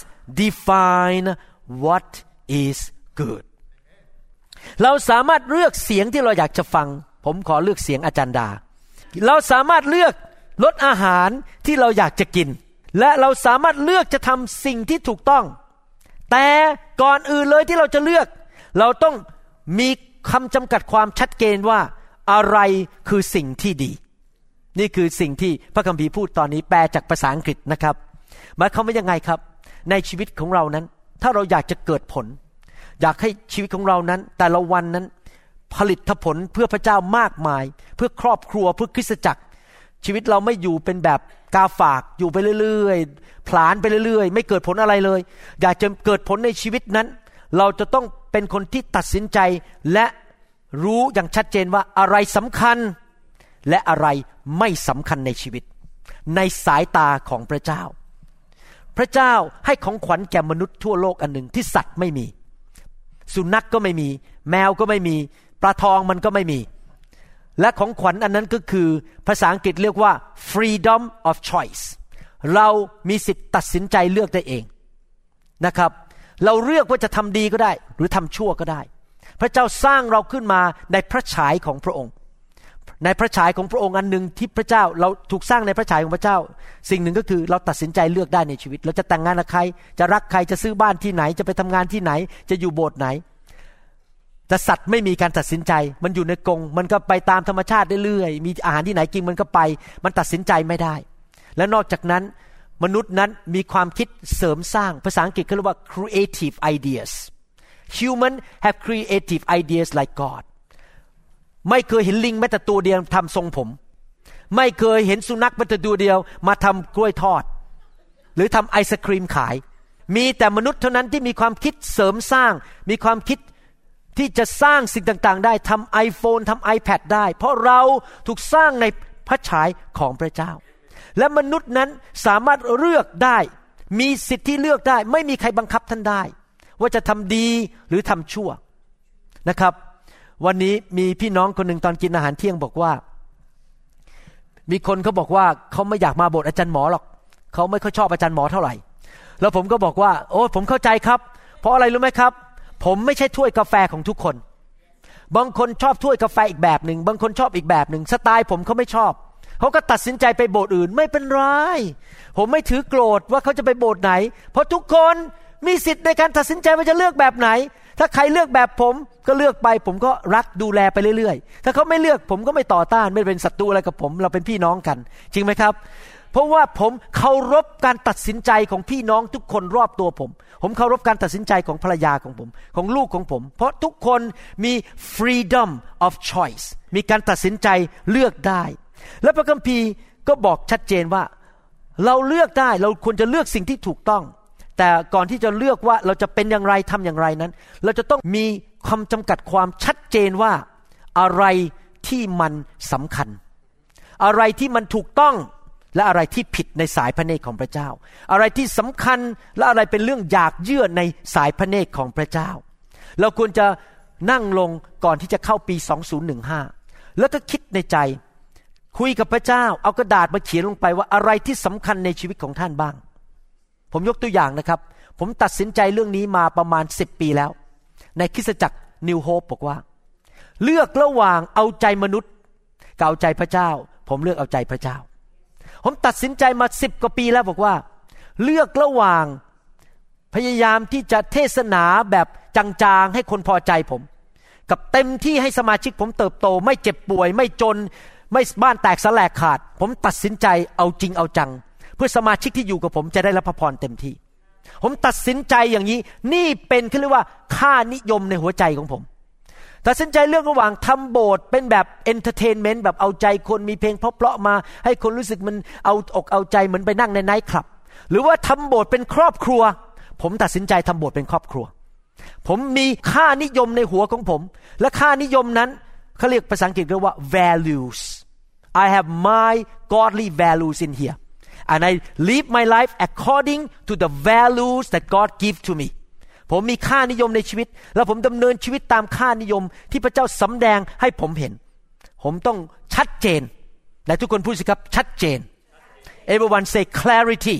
define what is good เราสามารถเลือกเสียงที่เราอยากจะฟังผมขอเลือกเสียงอาจารย์ดาเราสามารถเลือกรสอาหารที่เราอยากจะกินและเราสามารถเลือกจะทำสิ่งที่ถูกต้องแต่ก่อนอื่นเลยที่เราจะเลือกเราต้องมีคำจำกัดความชัดเจนว่าอะไรคือสิ่งที่ดีนี่คือสิ่งที่พระคัมภีร์พูดตอนนี้แปลจากภาษาอังกฤษนะครับหมายความว่ายังไงครับในชีวิตของเรานั้นถ้าเราอยากจะเกิดผลอยากให้ชีวิตของเรานั้นแต่ละวันนั้นผลิตผลเพื่อพระเจ้ามากมายเพื่อครอบครัวเพื่อคริสตจักรชีวิตเราไม่อยู่เป็นแบบกาฝากอยู่ไปเรื่อยๆผลาญไปเรื่อยๆไม่เกิดผลอะไรเลยอยากจะเกิดผลในชีวิตนั้นเราจะต้องเป็นคนที่ตัดสินใจและรู้อย่างชัดเจนว่าอะไรสำคัญและอะไรไม่สำคัญในชีวิตในสายตาของพระเจ้าพระเจ้าให้ของขวัญแก่มนุษย์ทั่วโลกอันหนึ่งที่สัตว์ไม่มีสุนัข ก, ก็ไม่มีแมวก็ไม่มีปลาทองมันก็ไม่มีและของขวัญอันนั้นก็คือภาษาอังกฤษเรียกว่า freedom of choice เรามีสิทธิ์ตัดสินใจเลือกได้เองนะครับเราเลือกว่าจะทำดีก็ได้หรือทำชั่วก็ได้พระเจ้าสร้างเราขึ้นมาในพระฉายของพระองค์ในพระฉายของพระองค์อันหนึ่งที่พระเจ้าเราถูกสร้างในพระฉายของพระเจ้าสิ่งหนึ่งก็คือเราตัดสินใจเลือกได้ในชีวิตเราจะแต่งงานกับใครจะรักใครจะซื้อบ้านที่ไหนจะไปทำงานที่ไหนจะอยู่โบสถ์ไหนแต่สัตว์ไม่มีการตัดสินใจมันอยู่ในกรงมันก็ไปตามธรรมชาติเรื่อยๆมีอาหารที่ไหนกินมันก็ไปมันตัดสินใจไม่ได้และนอกจากนั้นมนุษย์นั้นมีความคิดเสริมสร้างภาษาอังกฤษเขาเรียกว่า creative ideas human have creative ideas like God ไม่เคยเห็นลิงแม้แต่ตัวเดียวทำทรงผมไม่เคยเห็นสุนัขแม้แต่ตัวเดียวมาทำกล้วยทอดหรือทำไอศครีมขายมีแต่มนุษย์เท่านั้นที่มีความคิดเสริมสร้างมีความคิดที่จะสร้างสิ่งต่างๆได้ทำ iPhone ทำ iPad ได้เพราะเราถูกสร้างในพระฉายของพระเจ้าและมนุษย์นั้นสามารถเลือกได้มีสิทธิเลือกได้ไม่มีใครบังคับท่านได้ว่าจะทำดีหรือทำชั่วนะครับวันนี้มีพี่น้องคนหนึ่งตอนกินอาหารเที่ยงบอกว่ามีคนเขาบอกว่าเขาไม่อยากมาโบสถ์อาจารย์หมอหรอกเขาไม่ค่อยชอบอาจารย์หมอเท่าไหร่แล้วผมก็บอกว่าโอ้ผมเข้าใจครับเพราะอะไรรู้ไหมครับผมไม่ใช่ถ้วยกาแฟของทุกคนบางคนชอบถ้วยกาแฟอีกแบบหนึ่งบางคนชอบอีกแบบหนึ่งสไตล์ผมเขาไม่ชอบเขาก็ตัดสินใจไปโบสถ์อื่นไม่เป็นไรผมไม่ถือโกรธว่าเขาจะไปโบสถ์ไหนเพราะทุกคนมีสิทธิ์ในการตัดสินใจว่าจะเลือกแบบไหนถ้าใครเลือกแบบผมก็เลือกไปผมก็รักดูแลไปเรื่อยๆถ้าเขาไม่เลือกผมก็ไม่ต่อต้านไม่เป็นศัตรูอะไรกับผมเราเป็นพี่น้องกันจริงไหมครับเพราะว่าผมเคารพการตัดสินใจของพี่น้องทุกคนรอบตัวผมผมเคารพการตัดสินใจของภรรยาของผมของลูกของผมเพราะทุกคนมี freedom of choice มีการตัดสินใจเลือกได้และพระคัมภีร์ก็บอกชัดเจนว่าเราเลือกได้เราควรจะเลือกสิ่งที่ถูกต้องแต่ก่อนที่จะเลือกว่าเราจะเป็นอย่างไรทำอย่างไรนั้นเราจะต้องมีคำจำกัดความชัดเจนว่าอะไรที่มันสำคัญอะไรที่มันถูกต้องและอะไรที่ผิดในสายพระเนตรของพระเจ้าอะไรที่สำคัญและอะไรเป็นเรื่องอยากเยื่อในสายพระเนตรของพระเจ้าเราควรจะนั่งลงก่อนที่จะเข้าปีสองพันสิบห้าแล้วก็คิดในใจคุยกับพระเจ้าเอากระดาษมาเขียนลงไปว่าอะไรที่สำคัญในชีวิตของท่านบ้างผมยกตัวอย่างนะครับผมตัดสินใจเรื่องนี้มาประมาณสิบปีแล้วในคริสตจักร New Hope บอกว่าเลือกระหว่างเอาใจมนุษย์กับเอาใจพระเจ้าผมเลือกเอาใจพระเจ้าผมตัดสินใจมาสิบกว่าปีแล้วบอกว่าเลือกระหว่างพยายามที่จะเทศนาแบบจางๆให้คนพอใจผมกับเต็มที่ให้สมาชิกผมเติบโตไม่เจ็บป่วยไม่จนไม่บ้านแตกสลายขาดผมตัดสินใจเอาจริงเอาจังเพื่อสมาชิกที่อยู่กับผมจะได้รับพระพรเต็มที่ผมตัดสินใจอย่างนี้นี่เป็นคือเรียกว่าค่านิยมในหัวใจของผมตัดสินใจเลือกระหว่างทำโบสถ์เป็นแบบเอนเตอร์เทนเมนต์แบบเอาใจคนมีเพลงเพราะๆมาให้คนรู้สึกมันเอาอกเอาใจเหมือนไปนั่งในไนท์คลับหรือว่าทำโบสถ์เป็นครอบครัวผมตัดสินใจทำโบสถ์เป็นครอบครัวผมมีค่านิยมในหัวของผมและค่านิยมนั้นเขาเรียกภาษาอังกฤษเรียกว่า values I have my godly values in here and I live my life according to the values that God give to me ผมมีค่านิยมในชีวิตแล้วผมดำเนินชีวิตตามค่านิยมที่พระเจ้าสำแดงให้ผมเห็นผมต้องชัดเจนและทุกคนพูดสิครับชัดเจน Everyone say clarity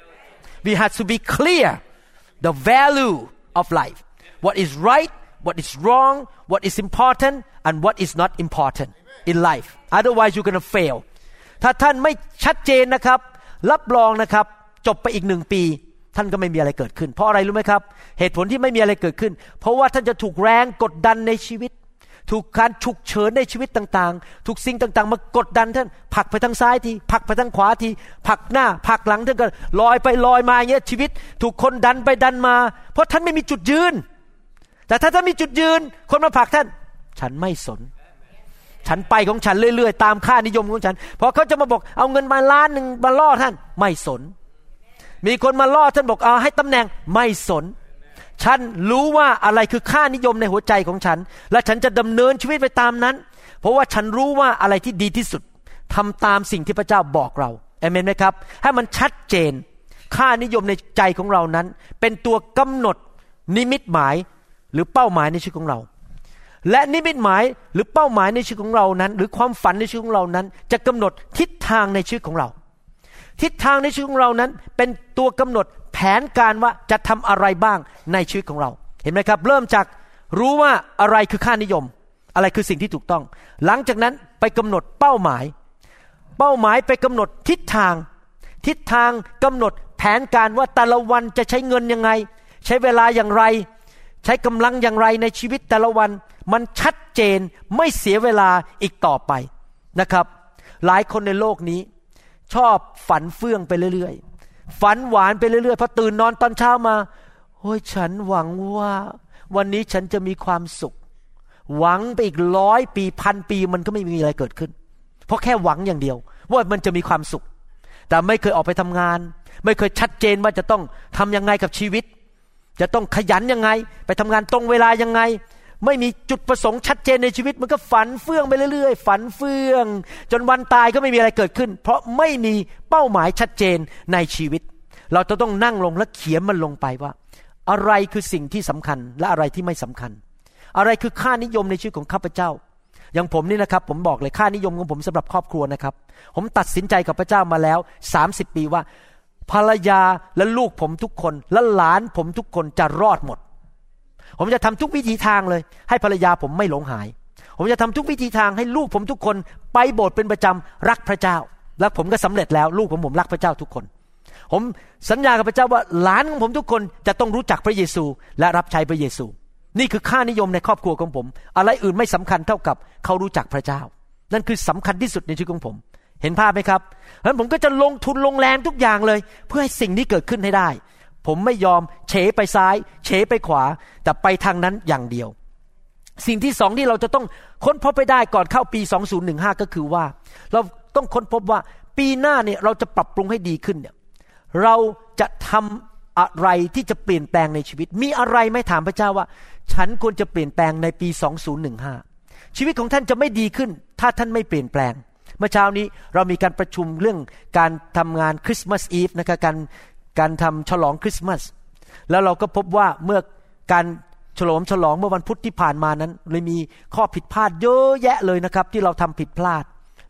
we have to be clear the value of life what is right what is wrong what is important and what is not important in life otherwise you're going to fail ถ้าท่านไม่ชัดเจนนะครับรับรองนะครับจบไปอีกหนึ่งปีท่านก็ไม่มีอะไรเกิดขึ้นเพราะอะไรรู้ไหมครับเหตุผลที่ไม่มีอะไรเกิดขึ้นเพราะว่าท่านจะถูกแรงกดดันในชีวิตถูกการฉุกเฉินในชีวิตต่างๆถูกสิ่งต่างๆมากดดันท่านผลักไปทางซ้ายทีผลักไปทางขวาทีผลักหน้าผลักหลังท่านก็ลอยไปลอยมาอย่างเงี้ยชีวิตถูกคนดันไปดันมาเพราะท่านไม่มีจุดยืนแต่ถ้าท่านมีจุดยืนคนมาผลักท่านฉันไม่สนฉันไปของฉันเรื่อยๆตามค่านิยมของฉันพอเขาจะมาบอกเอาเงินมาล้านหนึ่งมาล่อท่านไม่สนมีคนมาล่อท่านบอกเอาให้ตำแหน่งไม่สนฉันรู้ว่าอะไรคือค่านิยมในหัวใจของฉันและฉันจะดำเนินชีวิตไปตามนั้นเพราะว่าฉันรู้ว่าอะไรที่ดีที่สุดทำตามสิ่งที่พระเจ้าบอกเราเอเมนไหมครับให้มันชัดเจนค่านิยมในใจของเรานั้นเป็นตัวกำหนดนิมิตหมายหรือเป้าหมายในชีวิตของเราและนิมิตหมายหรือเป้าหมายในชีวิตของเรานั้นหรือความฝันในชีวิตของเรานั้นจะกำหนดทิศทางในชีวิตของเราทิศทางในชีวิตของเรานั้นเป็นตัวกำหนดแผนการว่าจะทำอะไรบ้างในชีวิตของเราเห็นไหมครับเริ่มจากรู้ว่าอะไรคือค่านิยมอะไรคือสิ่งที่ถูกต้องหลังจากนั้นไปกำหนดเป้าหมายเป้าหมายไปกำหนดทิศทางทิศทางกำหนดแผนการว่าแต่ละวันจะใช้เงินยังไงใช้เวลาอย่างไรใช้กำลังอย่างไรในชีวิตแต่ละวันมันชัดเจนไม่เสียเวลาอีกต่อไปนะครับหลายคนในโลกนี้ชอบฝันเฟื่องไปเรื่อยๆฝันหวานไปเรื่อยๆพอตื่นนอนตอนเช้ามาโอ้ยฉันหวังว่าวันนี้ฉันจะมีความสุขหวังไปอีกร้อยปีพันปีมันก็ไม่มีอะไรเกิดขึ้นเพราะแค่หวังอย่างเดียวว่ามันจะมีความสุขแต่ไม่เคยออกไปทำงานไม่เคยชัดเจนว่าจะต้องทำยังไงกับชีวิตจะต้องขยันยังไงไปทำงานตรงเวลายังไงไม่มีจุดประสงค์ชัดเจนในชีวิตมันก็ฝันเฟื่องไปเรื่อยๆฝันเฟื่องจนวันตายก็ไม่มีอะไรเกิดขึ้นเพราะไม่มีเป้าหมายชัดเจนในชีวิตเราจะต้องนั่งลงและเขียนมันลงไปว่าอะไรคือสิ่งที่สำคัญและอะไรที่ไม่สำคัญอะไรคือค่านิยมในชีวิตของข้าพเจ้าอย่างผมนี่นะครับผมบอกเลยค่านิยมของผมสำหรับครอบครัวนะครับผมตัดสินใจกับพระเจ้ามาแล้วสามสิบปีว่าภรรยาและลูกผมทุกคนและหลานผมทุกคนจะรอดหมดผมจะทำทุกวิธีทางเลยให้ภรรยาผมไม่หลงหายผมจะทำทุกวิธีทางให้ลูกผมทุกคนไปโบสถ์เป็นประจำรักพระเจ้าและผมก็สำเร็จแล้วลูกผมผมรักพระเจ้าทุกคนผมสัญญากับพระเจ้าว่าหลานของผมทุกคนจะต้องรู้จักพระเยซูและรับใช้พระเยซูนี่คือค่านิยมในครอบครัวของผมอะไรอื่นไม่สำคัญเท่ากับเขารู้จักพระเจ้านั่นคือสำคัญที่สุดในชีวิตของผมเห็นภาพไหมครับเพราะฉะนั้นผมก็จะลงทุนลงแรงทุกอย่างเลยเพื่อให้สิ่งนี้เกิดขึ้นให้ได้ผมไม่ยอมเฉไปซ้ายเฉไปขวาแต่ไปทางนั้นอย่างเดียวสิ่งที่สองที่เราจะต้องค้นพบไปได้ก่อนเข้าปีสองพันสิบห้าก็คือว่าเราต้องค้นพบว่าปีหน้าเนี่ยเราจะปรับปรุงให้ดีขึ้นเนี่ยเราจะทำอะไรที่จะเปลี่ยนแปลงในชีวิตมีอะไรไหมถามพระเจ้าว่าฉันควรจะเปลี่ยนแปลงในปีสองพันสิบห้าชีวิตของท่านจะไม่ดีขึ้นถ้าท่านไม่เปลี่ยนแปลงเมื่อเช้านี้เรามีการประชุมเรื่องการทำงานคริสต์มาสอีฟนะครับการการทำฉลองคริสต์มาสแล้วเราก็พบว่าเมื่อการฉลองฉลองเมื่อวันพุธที่ผ่านมานั้นเลยมีข้อผิดพลาดเยอะแยะเลยนะครับที่เราทำผิดพลาด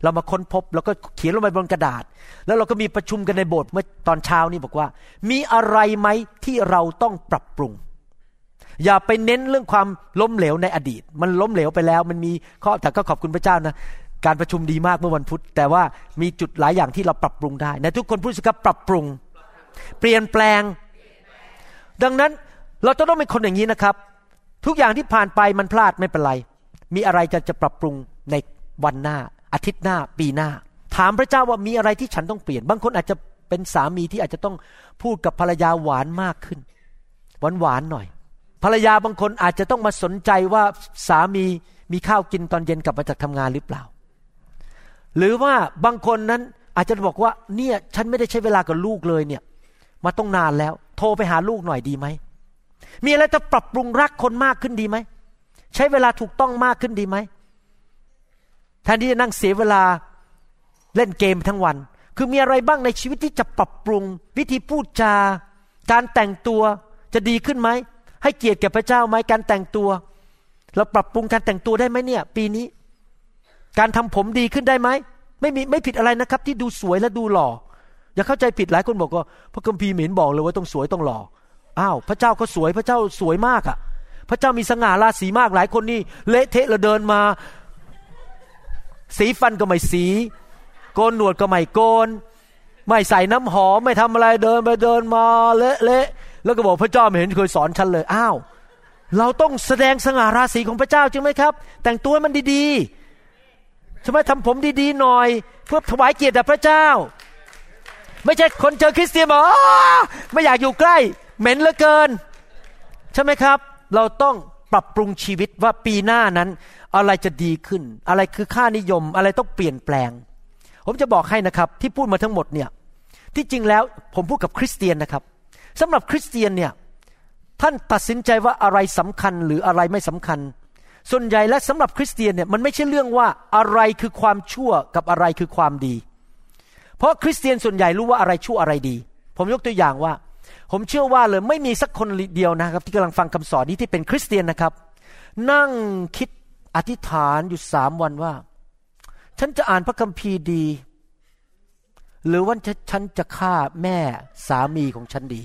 เรามาค้นพบแล้วก็เขียนลงไปบนกระดาษแล้วเราก็มีประชุมกันในโบสถ์เมื่อตอนเช้านี้บอกว่ามีอะไรไหมที่เราต้องปรับปรุงอย่าไปเน้นเรื่องความล้มเหลวในอดีตมันล้มเหลวไปแล้วมันมีข้อแต่ก็ขอบคุณพระเจ้านะการประชุมดีมากเมื่อวันพุธแต่ว่ามีจุดหลายอย่างที่เราปรับปรุงได้ในทุกคนพูดสิครับปรับปรุงเปลี่ยนแปลงดังนั้นเราต้องเป็นคนอย่างนี้นะครับทุกอย่างที่ผ่านไปมันพลาดไม่เป็นไรมีอะไรจะจะปรับปรุงในวันหน้าอาทิตย์หน้าปีหน้าถามพระเจ้าว่ามีอะไรที่ฉันต้องเปลี่ยนบางคนอาจจะเป็นสามีที่อาจจะต้องพูดกับภรรยาหวานมากขึ้นหวานหวานหน่อยภรรยาบางคนอาจจะต้องมาสนใจว่าสามีมีข้าวกินตอนเย็นกลับมาจากทำงานหรือเปล่าหรือว่าบางคนนั้นอาจจะบอกว่าเนี่ยฉันไม่ได้ใช้เวลากับลูกเลยเนี่ยมาต้องนานแล้วโทรไปหาลูกหน่อยดีไหมมีอะไรจะปรับปรุงรักคนมากขึ้นดีไหมใช้เวลาถูกต้องมากขึ้นดีไหมแทนที่จะนั่งเสียเวลาเล่นเกมทั้งวันคือมีอะไรบ้างในชีวิตที่จะปรับปรุงวิธีพูดจาการแต่งตัวจะดีขึ้นไหมให้เกียรติแก่พระเจ้าไหมการแต่งตัวเราปรับปรุงการแต่งตัวได้ไหมเนี่ยปีนี้การทำผมดีขึ้นได้ไหมไม่มีไม่ผิดอะไรนะครับที่ดูสวยและดูหล่ออย่าเข้าใจผิดหลายคนบอกว่าพระคัมภีร์ไม่เห็นบอกเลยว่าต้องสวยต้องหล่ออ้าวพระเจ้าก็สวยพระเจ้าสวยมากอ่ะพระเจ้ามีสง่าราศีมากหลายคนนี่เละเทะแล้วเดินมาสีฟันก็ไม่สีโกนหนวดก็ไม่โกนไม่ใส่น้ำหอมไม่ทำอะไรเดินไปเดินมาเละเละแล้วก็บอกพระเจ้าไม่เห็นเคยสอนฉันเลยอ้าวเราต้องแสดงสง่าราศีของพระเจ้าจริงไหมครับแต่งตัวให้มันดีๆใช่ไหมทำผมดีๆหน่อยเพื่อถวายเกียรติแด่พระเจ้าไม่ใช่คนเจอคริสเตียนบอกไม่อยากอยู่ใกล้เหม็นเหลือเกินใช่ไหมครับเราต้องปรับปรุงชีวิตว่าปีหน้านั้นอะไรจะดีขึ้นอะไรคือค่านิยมอะไรต้องเปลี่ยนแปลงผมจะบอกให้นะครับที่พูดมาทั้งหมดเนี่ยที่จริงแล้วผมพูดกับคริสเตียนนะครับสำหรับคริสเตียนเนี่ยท่านตัดสินใจว่าอะไรสำคัญหรืออะไรไม่สำคัญส่วนใหญ่และสำหรับคริสเตียนเนี่ยมันไม่ใช่เรื่องว่าอะไรคือความชั่วกับอะไรคือความดีเพราะคริสเตียนส่วนใหญ่รู้ว่าอะไรชั่วอะไรดีผมยกตัวอย่างว่าผมเชื่อว่าเลยไม่มีสักคนเดียวนะครับที่กำลังฟังคำสอนนี้ที่เป็นคริสเตียนนะครับนั่งคิดอธิษฐานอยู่สามวันว่าฉันจะอ่านพระคัมภีร์ดีหรือว่าฉันจะฆ่าแม่สามีของฉันดี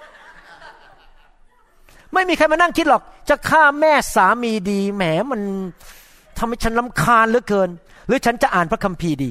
ไม่มีใครมานั่งคิดหรอกจะฆ่าแม่สามีดีแหมมันทำให้ฉันรำคาญเหลือเกินหรือฉันจะอ่านพระคัมภีร์ดี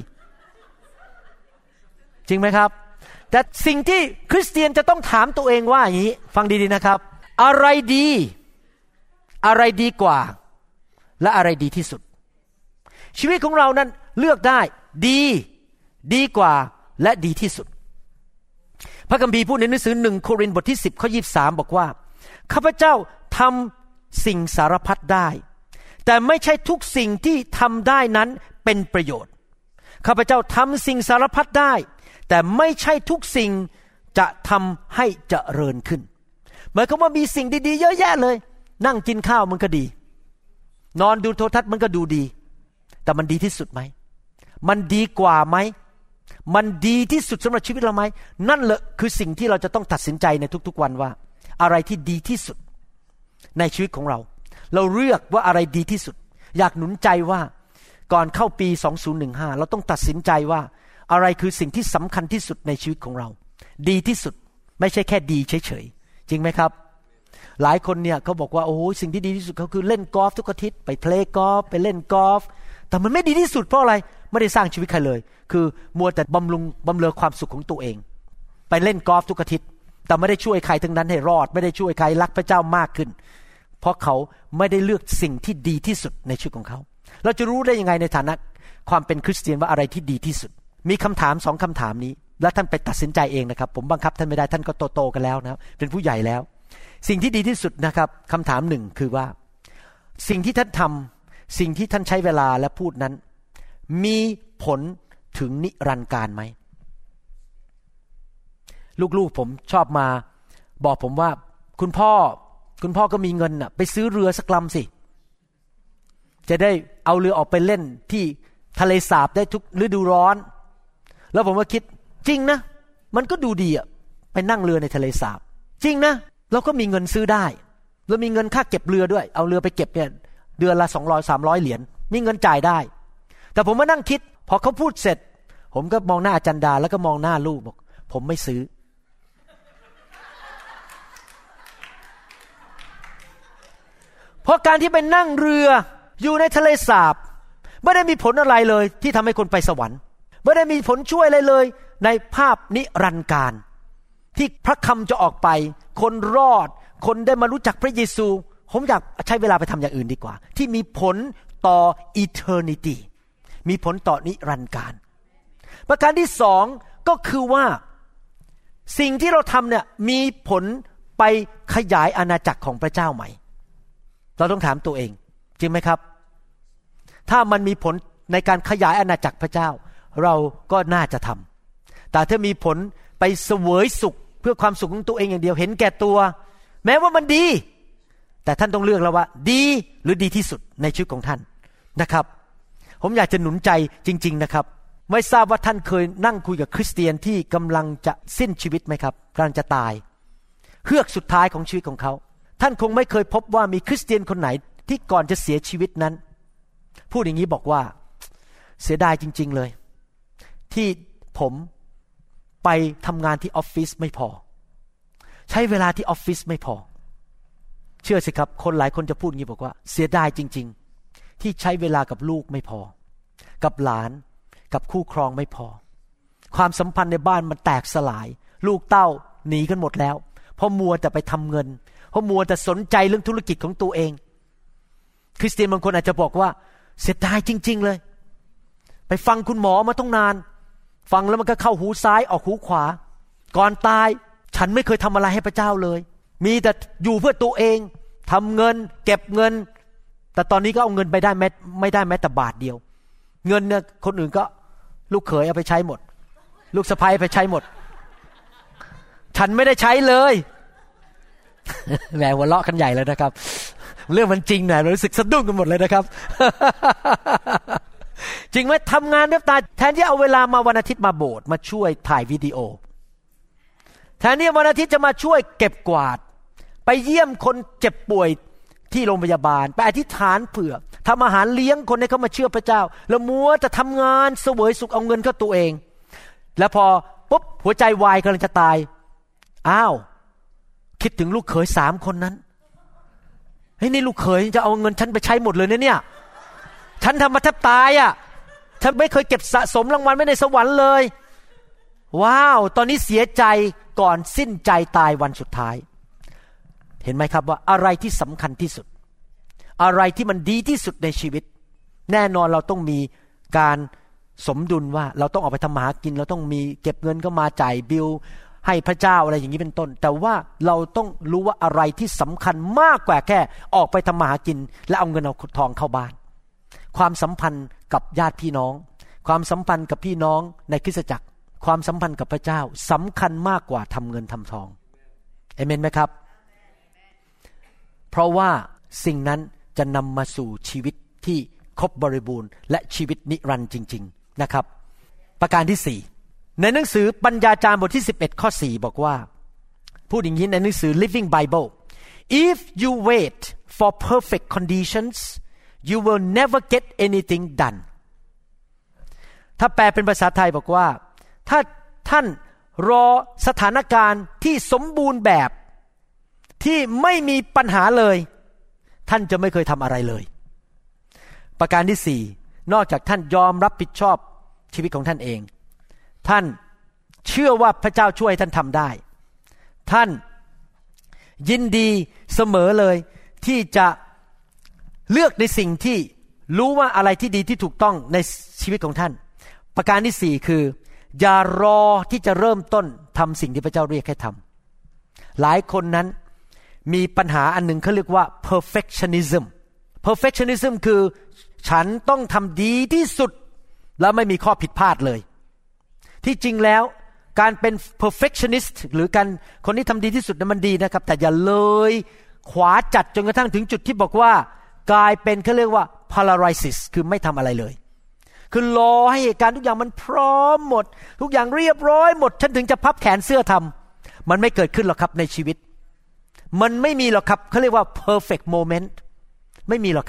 จริงไหมครับแต่สิ่งที่คริสเตียนจะต้องถามตัวเองว่าอย่างนี้ฟังดีๆนะครับอะไรดีอะไรดีกว่าและอะไรดีที่สุดชีวิตของเรานั้นเลือกได้ดีดีกว่าและดีที่สุดพระคัมภีร์พูดในหนังสือหนึ่งโครินธ์บทที่สิบข้อยี่สิบสามบอกว่าข้าพเจ้าทำสิ่งสารพัดได้แต่ไม่ใช่ทุกสิ่งที่ทำได้นั้นเป็นประโยชน์ข้าพเจ้าทำสิ่งสารพัดได้แต่ไม่ใช่ทุกสิ่งจะทำให้เจริญขึ้นหมายความว่ามีสิ่งดีๆเยอะแยะเลยนั่งกินข้าวมันก็ดีนอนดูโทรทัศน์มันก็ดูดีแต่มันดีที่สุดไหมมันดีกว่าไหมมันดีที่สุดสำหรับชีวิตเราไหมนั่นแหละคือสิ่งที่เราจะต้องตัดสินใจในทุกๆวันว่าอะไรที่ดีที่สุดในชีวิตของเราเราเลือกว่าอะไรดีที่สุดอยากหนุนใจว่าก่อนเข้าปีสองพันสิบห้าเราต้องตัดสินใจว่าอะไรคือสิ่งที่สำคัญที่สุดในชีวิตของเราดีที่สุดไม่ใช่แค่ดีเฉยๆจริงไหมครับหลายคนเนี่ยเขาบอกว่าโอ้โหสิ่งที่ดีที่สุดเขาคือเล่นกอล์ฟทุกอาทิตย์ไปเพลย์กอล์ฟไปเล่นกอล์ฟแต่มันไม่ดีที่สุดเพราะอะไรไม่ได้สร้างชีวิตใครเลยคือมัวแต่บำรุงบำเรอความสุขของตัวเองไปเล่นกอล์ฟทุกอาทิตย์แต่ไม่ได้ช่วยใครทั้งนั้นให้รอดไม่ได้ช่วยใครรักพระเจ้ามากขึ้นเพราะเขาไม่ได้เลือกสิ่งที่ดีที่สุดในชีวิตของเขาเราจะรู้ได้ยังไงในฐานะความเป็นคริสเตียนว่าอะไรที่ดีที่สุดมีคำถามสองคำถามนี้แล้วท่านไปตัดสินใจเองนะครับผมบังคับท่านไม่ได้ท่านก็โตๆกันแล้วนะเป็นผู้ใหญ่แล้วสิ่งที่ดีที่สุดนะครับคำถามหนึ่งคือว่าสิ่งที่ท่านทำสิ่งที่ท่านใช้เวลาและพูดนั้นมีผลถึงนิรันดร์การไหมลูกๆผมชอบมาบอกผมว่าคุณพ่อคุณพ่อก็มีเงินน่ะไปซื้อเรือสักลำสิจะได้เอาเรือออกไปเล่นที่ทะเลสาบได้ทุกฤดูร้อนแล้วผมก็คิดจริงนะมันก็ดูดีอ่ะไปนั่งเรือในทะเลสาบจริงนะเราก็มีเงินซื้อได้เรามีเงินค่าเก็บเรือด้วยเอาเรือไปเก็บเนี่ยเดือนละสองร้อย สามร้อยเหรียญมีเงินจ่ายได้แต่ผมมานั่งคิดพอเขาพูดเสร็จผมก็มองหน้าอาจารย์ดาแล้วก็มองหน้าลูกบอกผมไม่ซื้อเพราะการที่ไปนั่งเรืออยู่ในทะเลสาบไม่ได้มีผลอะไรเลยที่ทำให้คนไปสวรรค์ไม่ได้มีผลช่วยอะไรเลยในภาพนิรันดร์การที่พระคำจะออกไปคนรอดคนได้มารู้จักพระเยซูผมอยากใช้เวลาไปทำอย่างอื่นดีกว่าที่มีผลต่อ eternity มีผลต่อนิรันดร์การประการที่สองก็คือว่าสิ่งที่เราทำเนี่ยมีผลไปขยายอาณาจักรของพระเจ้าไหมเราต้องถามตัวเองจริงไหมครับถ้ามันมีผลในการขยายอาณาจักรพระเจ้าเราก็น่าจะทำแต่ถ้ามีผลไปเสวยสุขเพื่อความสุขของตัวเองอย่างเดียวเห็นแก่ตัวแม้ว่ามันดีแต่ท่านต้องเลือกแล้วว่าดีหรือดีที่สุดในชีวิตของท่านนะครับผมอยากจะหนุนใจจริงๆนะครับไม่ทราบว่าท่านเคยนั่งคุยกับคริสเตียนที่กำลังจะสิ้นชีวิตไหมครับกำลังจะตายเฮือกสุดท้ายของชีวิตของเขาท่านคงไม่เคยพบว่ามีคริสเตียนคนไหนที่ก่อนจะเสียชีวิตนั้นพูดอย่างนี้บอกว่าเสียดายจริงๆเลยที่ผมไปทำงานที่ออฟฟิศไม่พอใช้เวลาที่ออฟฟิศไม่พอเชื่อสิครับคนหลายคนจะพูดอย่างนี้บอกว่าเสียดายจริงๆที่ใช้เวลากับลูกไม่พอกับหลานกับคู่ครองไม่พอความสัมพันธ์ในบ้านมันแตกสลายลูกเต้าหนีกันหมดแล้วเพราะมัวแต่ไปทำเงินเพราะมัวแต่สนใจเรื่องธุรกิจของตัวเองคริสเตียนบางคนอาจจะบอกว่าเสียดายจริงๆเลยไปฟังคุณหมอมาต้องนานฟังแล้วมันก็เข้าหูซ้ายออกหูขวาก่อนตายฉันไม่เคยทำอะไรให้พระเจ้าเลยมีแต่อยู่เพื่อตัวเองทำเงินเก็บเงินแต่ตอนนี้ก็เอาเงินไปได้ไม่ไม่ได้แม้แต่บาทเดียวเงินเนี่ยคนอื่นก็ลูกเขยเอาไปใช้หมดลูกสะใภ้ไปใช้หมดฉันไม่ได้ใช้เลยแหมหัวเราะกันใหญ่เลยนะครับเรื่องมันจริงนะรู้สึกสะดุ้งกันหมดเลยนะครับจริงไหมทำงานด้วยตาแทนที่เอาเวลามาวันอาทิตย์มาโบสถ์มาช่วยถ่ายวิดีโอแทนที่วันอาทิตย์จะมาช่วยเก็บกวาดไปเยี่ยมคนเจ็บป่วยที่โรงพยาบาลไปอธิษฐานเผื่อทำอาหารเลี้ยงคนให้เขามาเชื่อพระเจ้าแล้วมัวจะทำงานเสวยสุขเอาเงินเข้าตัวเองแล้วพอปุ๊บหัวใจวายกำลังจะตายอ้าวคิดถึงลูกเขยสามคนนั้นเฮ้ยนี่ลูกเขยจะเอาเงินฉันไปใช้หมดเลยนะเนี่ยฉันทำมาแทบตายอ่ะฉันไม่เคยเก็บสะสมรางวัลไว้ในสวรรค์เลยว้าวตอนนี้เสียใจก่อนสิ้นใจตายวันสุดท้ายเห็นไหมครับว่าอะไรที่สำคัญที่สุดอะไรที่มันดีที่สุดในชีวิตแน่นอนเราต้องมีการสมดุลว่าเราต้องออกไปทำมาหากินเราต้องมีเก็บเงินก็มาจ่ายบิลให้พระเจ้าอะไรอย่างนี้เป็นต้นแต่ว่าเราต้องรู้ว่าอะไรที่สำคัญมากกว่าแค่ออกไปทำมาหากินและเอาเงินเอาทองเข้าบ้านความสัมพันธ์กับญาติพี่น้องความสัมพันธ์กับพี่น้องในคริสตจักรความสัมพันธ์กับพระเจ้าสำคัญมากกว่าทำเงินทำทองเอเมนไหมครับเพราะว่าสิ่งนั้นจะนำมาสู่ชีวิตที่ครบบริบูรณ์และชีวิตนิรันดร์จริงๆนะครับประการที่สี่ในหนังสือปัญญาจารย์บทที่สิบเอ็ดข้อสี่บอกว่าพูดอย่างนี้ในหนังสือ Living Bible if you wait for perfect conditions you will never get anything done ถ้าแปลเป็นภาษาไทยบอกว่าถ้าท่านรอสถานการณ์ที่สมบูรณ์แบบที่ไม่มีปัญหาเลยท่านจะไม่เคยทำอะไรเลยประการที่สี่นอกจากท่านยอมรับผิดชอบชีวิตของท่านเองท่านเชื่อว่าพระเจ้าช่วยท่านทำได้ท่านยินดีเสมอเลยที่จะเลือกในสิ่งที่รู้ว่าอะไรที่ดีที่ถูกต้องในชีวิตของท่านประการที่สี่คืออย่ารอที่จะเริ่มต้นทำสิ่งที่พระเจ้าเรียกให้ทำหลายคนนั้นมีปัญหาอันหนึ่งเขาเรียกว่า perfectionism perfectionism คือฉันต้องทำดีที่สุดแล้วไม่มีข้อผิดพลาดเลยที่จริงแล้วการเป็น perfectionist หรือการคนที่ทำดีที่สุดนั้นมันดีนะครับแต่อย่าเลยขวาจัดจนกระทั่งถึงจุดที่บอกว่ากลายเป็นเขาเรียกว่า paralysis คือไม่ทำอะไรเลยคือรอให้เหตุการณ์ทุกอย่างมันพร้อมหมดทุกอย่างเรียบร้อยหมดฉันถึงจะพับแขนเสื้อทำมันไม่เกิดขึ้นหรอกครับในชีวิตมันไม่มีหรอกครับเขาเรียกว่า perfect moment ไม่มีหรอกครับ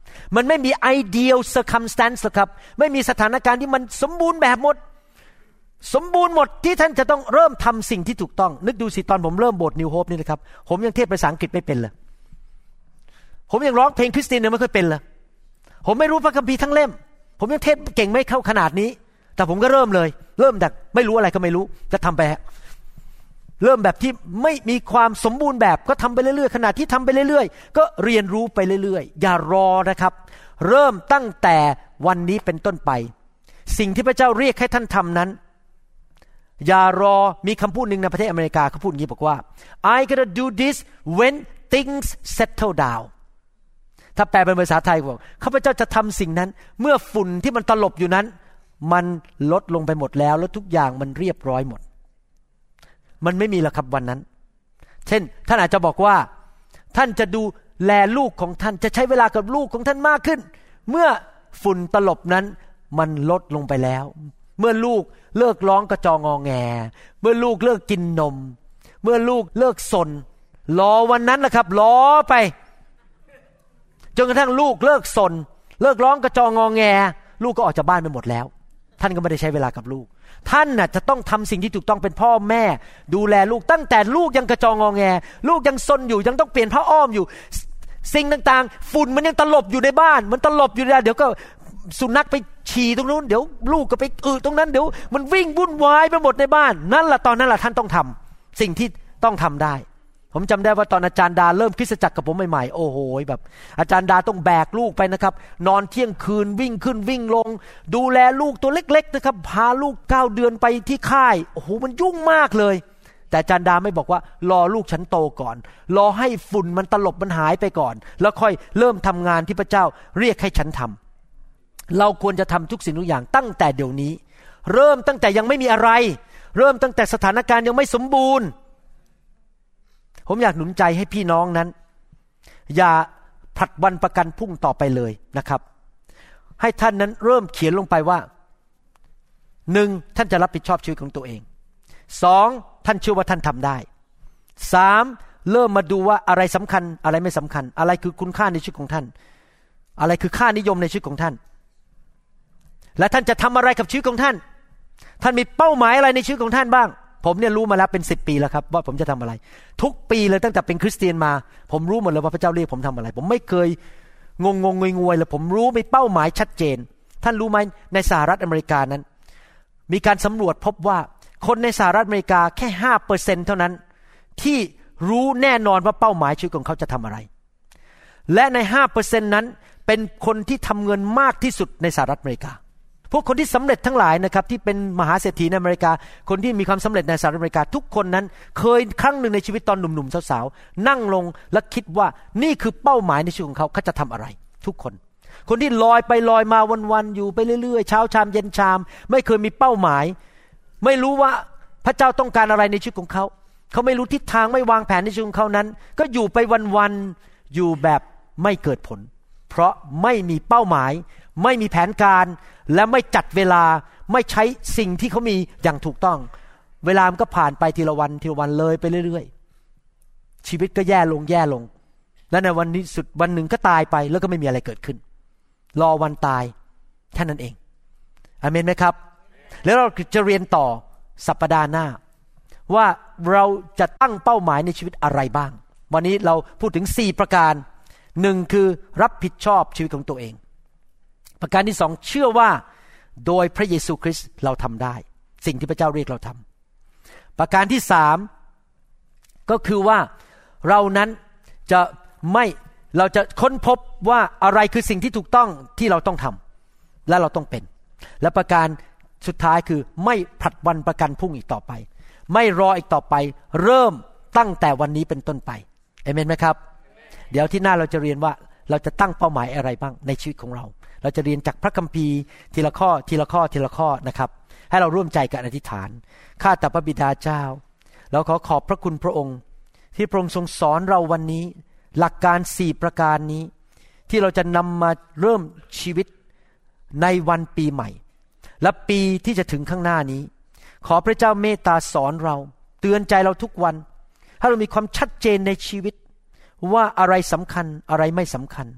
มันไม่มี ideal circumstance หรอกครับไม่มีสถานการณ์ที่มันสมบูรณ์แบบหมดสมบูรณ์หมดที่ท่านจะต้องเริ่มทำสิ่งที่ถูกต้องนึกดูสิตอนผมเริ่มโบสถ์ New Hope นี่นะครับผมยังเทศภาษาอังกฤษไม่เป็นเลยผมยังร้องเพลงคริสเตียนยังไม่ค่อยเป็นเลยผมไม่รู้พระคัมภีร์ทั้งเล่มผมยังเทศเก่งไม่เข้าขนาดนี้แต่ผมก็เริ่มเลยเริ่มจากไม่รู้อะไรก็ไม่รู้จะทำไปเริ่มแบบที่ไม่มีความสมบูรณ์แบบก็ทำไปเรื่อยๆขณะที่ทำไปเรื่อยๆก็เรียนรู้ไปเรื่อยๆอย่ารอนะครับเริ่มตั้งแต่วันนี้เป็นต้นไปสิ่งที่พระเจ้าเรียกให้ท่านทำนั้นอย่ารอมีคำพูดหนึ่งในประเทศอเมริกาเขาพูดอย่างนี้บอกว่า I gotta do this when things settle down ถ้าแปลเป็นภาษาไทยบอกข้าพเจ้าจะทำสิ่งนั้นเมื่อฝุ่นที่มันตลบอยู่นั้นมันลดลงไปหมดแล้วแล้วทุกอย่างมันเรียบร้อยหมดมันไม่มีหรอกครับวันนั้นเช่นท่านอาจจะบอกว่าท่านจะดูแลลูกของท่านจะใช้เวลากับลูกของท่านมากขึ้นเมื่อฝุ่นตลบนั้นมันลดลงไปแล้วเมื่อลูกเลิกร้องกระจองงอแงเมื่อลูกเลิกกินนมเมื่อลูกเลิกซนรอวันนั้นนะครับรอไปจนกระทั่งลูกเลิกซนเลิกร้องกระจองงอแงลูกก็ออกจากบ้านไปหมดแล้วท่านก็ไม่ได้ใช้เวลากับลูกท่านน่ะจะต้องทำสิ่งที่ถูกต้องเป็นพ่อแม่ดูแลลูกตั้งแต่ลูกยังกระจองงอแงลูกยังซนอยู่ยังต้องเปลี่ยนผ้าอ้อมอยู่สิ่งต่างๆฝุ่นมันยังตลบอยู่ในบ้านมันตลบอยู่แล้วเดี๋ยวก็สุนัขไปฉี่ตรงนู้นเดี๋ยวลูกก็ไปอึตรงนั้นเดี๋ยวมันวิ่งวุ่นวายไปหมดในบ้านนั่นแหละตอนนั้นแหละท่านต้องทำสิ่งที่ต้องทำได้ผมจำได้ว่าตอนอาจารย์ดาเริ่มคริสตจักรกับผมใหม่ๆโอ้โหแบบอาจารย์ดาต้องแบกลูกไปนะครับนอนเที่ยงคืนวิ่งขึ้นวิ่งลงดูแลลูกตัวเล็กๆนะครับพาลูกเก้าเดือนไปที่ค่ายโอ้โหมันยุ่งมากเลยแต่อาจารย์ดาไม่บอกว่ารอลูกฉันโตก่อนรอให้ฝุ่นมันตลบมันหายไปก่อนแล้วค่อยเริ่มทำงานที่พระเจ้าเรียกให้ฉันทำเราควรจะทำทุกสิ่งทุกอย่างตั้งแต่เดี๋ยวนี้เริ่มตั้งแต่ยังไม่มีอะไรเริ่มตั้งแต่สถานการณ์ยังไม่สมบูรณ์ผมอยากหนุนใจให้พี่น้องนั้นอย่าผลัดวันประกันพรุ่งต่อไปเลยนะครับให้ท่านนั้นเริ่มเขียนลงไปว่าหนึ่งท่านจะรับผิดชอบชีวิตของตัวเองสองท่านเชื่อว่าท่านทำได้สามเริ่มมาดูว่าอะไรสำคัญอะไรไม่สำคัญอะไรคือคุณค่าในชีวิตของท่านอะไรคือค่านิยมในชีวิตของท่านและท่านจะทำอะไรกับชีวิตของท่านท่านมีเป้าหมายอะไรในชีวิตของท่านบ้างผมเนี่ยรู้มาแล้วเป็นสิบปีแล้วครับว่าผมจะทำอะไรทุกปีเลยตั้งแต่เป็นคริสเตียนมาผมรู้หมดเลยว่าพระเจ้าเรียกผมทำอะไรผมไม่เคยงงงงวยๆเลยผมรู้มีเป้าหมายชัดเจนท่านรู้ไหมในสหรัฐอเมริกานั้นมีการสำรวจพบว่าคนในสหรัฐอเมริกาแค่ ห้าเปอร์เซ็นต์ เท่านั้นที่รู้แน่นอนว่าเป้าหมายชีวิตของเขาจะทำอะไรและใน ห้าเปอร์เซ็นต์ นั้นเป็นคนที่ทำเงินมากที่สุดในสหรัฐอเมริกาพวกคนที่สำเร็จทั้งหลายนะครับที่เป็นมหาเศรษฐีในอเมริกาคนที่มีความสำเร็จในสหรัฐอเมริกาทุกคนนั้นเคยครั้งหนึ่งในชีวิตตอนหนุ่มๆสาวๆนั่งลงและคิดว่านี่คือเป้าหมายในชีวิตของเขาเขาจะทำอะไรทุกคนคนที่ลอยไปลอยมาวันๆอยู่ไปเรื่อยๆเช้าชามเย็นชามไม่เคยมีเป้าหมายไม่รู้ว่าพระเจ้าต้องการอะไรในชีวิตของเขาเขาไม่รู้ทิศทางไม่วางแผนในชีวิตของเขานั้นก็อยู่ไปวันๆอยู่แบบไม่เกิดผลเพราะไม่มีเป้าหมายไม่มีแผนการและไม่จัดเวลาไม่ใช้สิ่งที่เขามีอย่างถูกต้องเวลามันก็ผ่านไปทีละวันทีละวันเลยไปเรื่อยๆชีวิตก็แย่ลงแย่ลงและในวันนี้สุดวันหนึ่งก็ตายไปแล้วก็ไม่มีอะไรเกิดขึ้นรอวันตายแค่นั้นเองอาเมนไหมครับแล้วเราจะเรียนต่อสัปดาห์หน้าว่าเราจะตั้งเป้าหมายในชีวิตอะไรบ้างวันนี้เราพูดถึงสี่ประการหนึ่งคือรับผิดชอบชีวิตของตัวเองประการที่สองเชื่อว่าโดยพระเยซูคริสต์เราทำได้สิ่งที่พระเจ้าเรียกเราทำประการที่สามก็คือว่าเรานั้นจะไม่เราจะค้นพบว่าอะไรคือสิ่งที่ถูกต้องที่เราต้องทำและเราต้องเป็นและประการสุดท้ายคือไม่ผลัดวันประกันพรุ่งอีกต่อไปไม่รออีกต่อไปเริ่มตั้งแต่วันนี้เป็นต้นไปเอเมนไหมครับเดี๋ยวที่หน้าเราจะเรียนว่าเราจะตั้งเป้าหมายอะไรบ้างในชีวิตของเราเราจะเรียนจากพระคัมภีร์ทีละข้อทีละข้อทีละข้อนะครับให้เราร่วมใจกันอธิษฐานข้าแต่พระบิดาเจ้าเราขอขอบพระคุณพระองค์ที่พระองค์ทรงสอนเราวันนี้หลักการสี่ประการนี้ที่เราจะนำมาเริ่มชีวิตในวันปีใหม่และปีที่จะถึงข้างหน้านี้ขอพระเจ้าเมตตาสอนเราเตือนใจเราทุกวันให้เรามีความชัดเจนในชีวิตว่าอะไรสำคัญอะไรไม่สำคัญ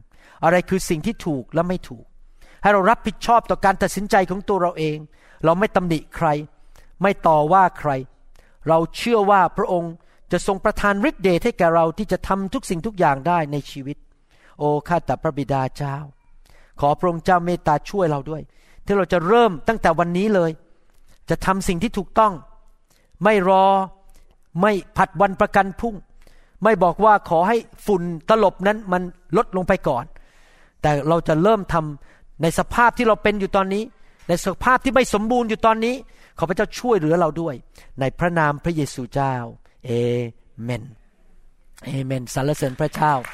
อะไรคือสิ่งที่ถูกและไม่ถูกให้เรารับผิดชอบต่อการตัดสินใจของตัวเราเองเราไม่ตำหนิใครไม่ต่อว่าใครเราเชื่อว่าพระองค์จะทรงประทานฤทธิ์เดชให้แก่เราที่จะทำทุกสิ่งทุกอย่างได้ในชีวิตโอ้ข้าแต่พระบิดาเจ้าขอพระองค์เจ้าเมตตาช่วยเราด้วยที่เราจะเริ่มตั้งแต่วันนี้เลยจะทำสิ่งที่ถูกต้องไม่รอไม่ผัดวันประกันพรุ่งไม่บอกว่าขอให้ฝุ่นตลบนั้นมันลดลงไปก่อนแต่เราจะเริ่มทำในสภาพที่เราเป็นอยู่ตอนนี้ในสภาพที่ไม่สมบูรณ์อยู่ตอนนี้ขอพระเจ้าช่วยเหลือเราด้วยในพระนามพระเยซูเจ้าเอเมนเอเมนสรรเสริญพระเจ้า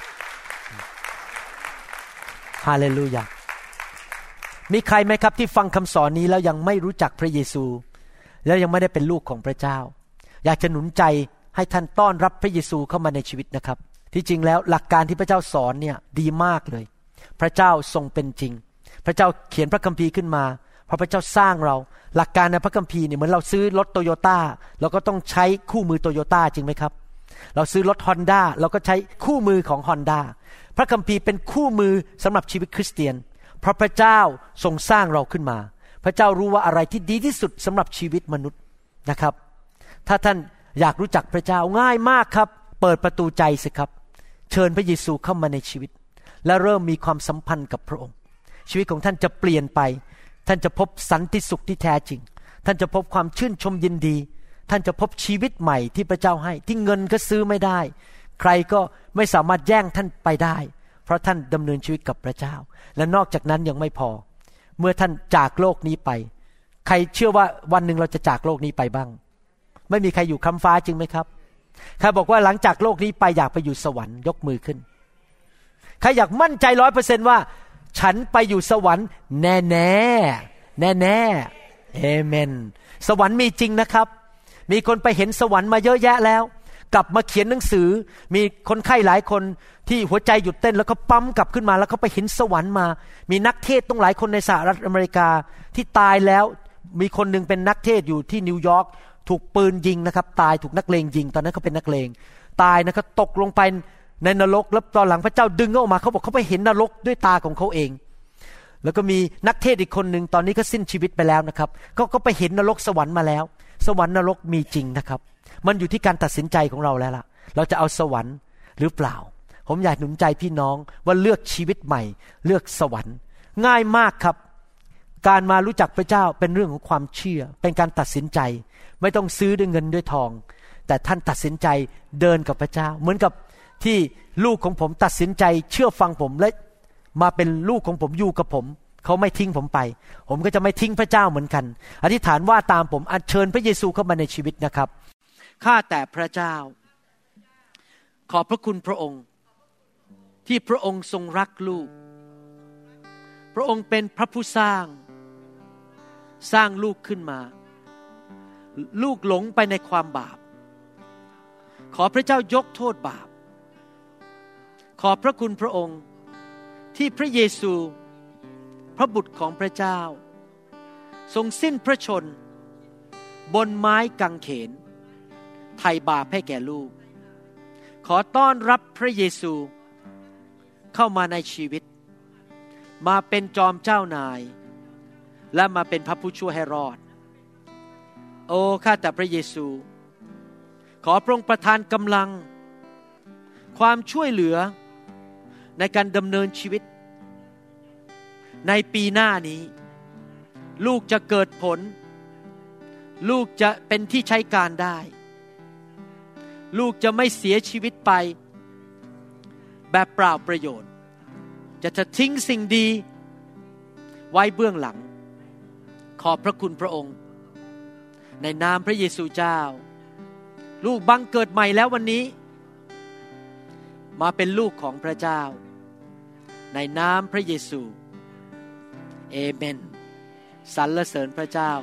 ฮาเลลูยามีใครไหมครับที่ฟังคำสอนนี้แล้วยังไม่รู้จักพระเยซูแล้วยังไม่ได้เป็นลูกของพระเจ้าอยากจะหนุนใจให้ท่านต้อนรับพระเยซูเข้ามาในชีวิตนะครับที่จริงแล้วหลักการที่พระเจ้าสอนเนี่ยดีมากเลยพระเจ้าทรงเป็นจริงพระเจ้าเขียนพระคัมภีร์ขึ้นมาเพราะพระเจ้าสร้างเราหลักการในพระคัมภีร์เนี่ยเหมือนเราซื้อรถโตโยต้าเราก็ต้องใช้คู่มือโตโยต้าจริงไหมครับเราซื้อรถ Honda เราก็ใช้คู่มือของ Honda พระคัมภีร์เป็นคู่มือสำหรับชีวิตคริสเตียนเพราะพระเจ้าทรงสร้างเราขึ้นมาพระเจ้ารู้ว่าอะไรที่ดีที่สุดสำหรับชีวิตมนุษย์นะครับถ้าท่านอยากรู้จักพระเจ้าง่ายมากครับเปิดประตูใจสิครับเชิญพระเยซูเข้ามาในชีวิตและเริ่มมีความสัมพันธ์กับพระองค์ชีวิตของท่านจะเปลี่ยนไปท่านจะพบสันติสุขที่แท้จริงท่านจะพบความชื่นชมยินดีท่านจะพบชีวิตใหม่ที่พระเจ้าให้ที่เงินก็ซื้อไม่ได้ใครก็ไม่สามารถแย่งท่านไปได้เพราะท่านดำเนินชีวิตกับพระเจ้าและนอกจากนั้นยังไม่พอเมื่อท่านจากโลกนี้ไปใครเชื่อว่าวันหนึ่งเราจะจากโลกนี้ไปบ้างไม่มีใครอยู่ค้ำฟ้าจริงไหมครับใครบอกว่าหลังจากโลกนี้ไปอยากไปอยู่สวรรค์ยกมือขึ้นใครอยากมั่นใจ ร้อยเปอร์เซ็นต์ ว่าฉันไปอยู่สวรรค์แน่แน่แน่แน่เอเมนสวรรค์มีจริงนะครับมีคนไปเห็นสวรรค์มาเยอะแยะแล้วกลับมาเขียนหนังสือมีคนไข้หลายคนที่หัวใจหยุดเต้นแล้วก็ปั๊มกลับขึ้นมาแล้วเขาไปเห็นสวรรค์มามีนักเทศต้องหลายคนในสหรัฐอเมริกาที่ตายแล้วมีคนนึงเป็นนักเทศอยู่ที่นิวยอร์กถูกปืนยิงนะครับตายถูกนักเลงยิงตอนนั้นเขาเป็นนักเลงตายนะครับตกลงไปในนรกแล้วตอนหลังพระเจ้าดึงเขาออกมาเขาบอกเขาไปเห็นนรกด้วยตาของเขาเองแล้วก็มีนักเทศอีกคนนึงตอนนี้ก็สิ้นชีวิตไปแล้วนะครับก็ก็ไปเห็นนรกสวรรค์มาแล้วสวรรค์นรกมีจริงนะครับมันอยู่ที่การตัดสินใจของเราแล้วล่ะเราจะเอาสวรรค์หรือเปล่าผมอยากหนุนใจพี่น้องว่าเลือกชีวิตใหม่เลือกสวรรค์ง่ายมากครับการมารู้จักพระเจ้าเป็นเรื่องของความเชื่อเป็นการตัดสินใจไม่ต้องซื้อด้วยเงินด้วยทองแต่ท่านตัดสินใจเดินกับพระเจ้าเหมือนกับที่ลูกของผมตัดสินใจเชื่อฟังผมและมาเป็นลูกของผมอยู่กับผมเขาไม่ทิ้งผมไปผมก็จะไม่ทิ้งพระเจ้าเหมือนกันอธิษฐานว่าตามผมอัญเชิญพระเยซูเข้ามาในชีวิตนะครับข้าแต่พระเจ้าขอบพระคุณพระองค์ที่พระองค์ทรงรักลูกพระองค์เป็นพระผู้สร้างสร้างลูกขึ้นมาลูกหลงไปในความบาปขอพระเจ้ายกโทษบาปขอบพระคุณพระองค์ที่พระเยซูพระบุตรของพระเจ้าทรงสิ้นพระชนบนไม้กางเขนไถ่บาปให้แก่ลูกขอต้อนรับพระเยซูเข้ามาในชีวิตมาเป็นจอมเจ้านายและมาเป็นพระผู้ช่วยให้รอดโอ้ข้าแต่พระเยซูขอพระองค์ประทานกำลังความช่วยเหลือในการดำเนินชีวิตในปีหน้านี้ลูกจะเกิดผลลูกจะเป็นที่ใช้การได้ลูกจะไม่เสียชีวิตไปแบบเปล่าประโยชน์จะจะทิ้งสิ่งดีไว้เบื้องหลังขอบพระคุณพระองค์ในนามพระเยซูเจ้าลูกบังเกิดใหม่แล้ววันนี้มาเป็นลูกของพระเจ้าในนามพระเยซูเอเมนสรรเสริญพระเจ้า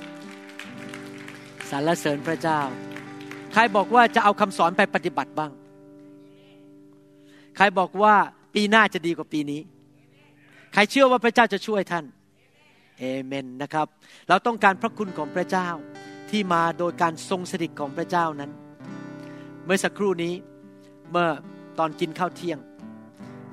สรรเสริญพระเจ้าใครบอกว่าจะเอาคำสอนไปปฏิบัติบ้างใครบอกว่าปีหน้าจะดีกว่าปีนี้ใครเชื่อว่าพระเจ้าจะช่วยท่านเอเมนนะครับเราต้องการพระคุณของพระเจ้าที่มาโดยการทรงสถิตของพระเจ้านั้นเมื่อสักครู่นี้เมื่อตอนกินข้าวเที่ยง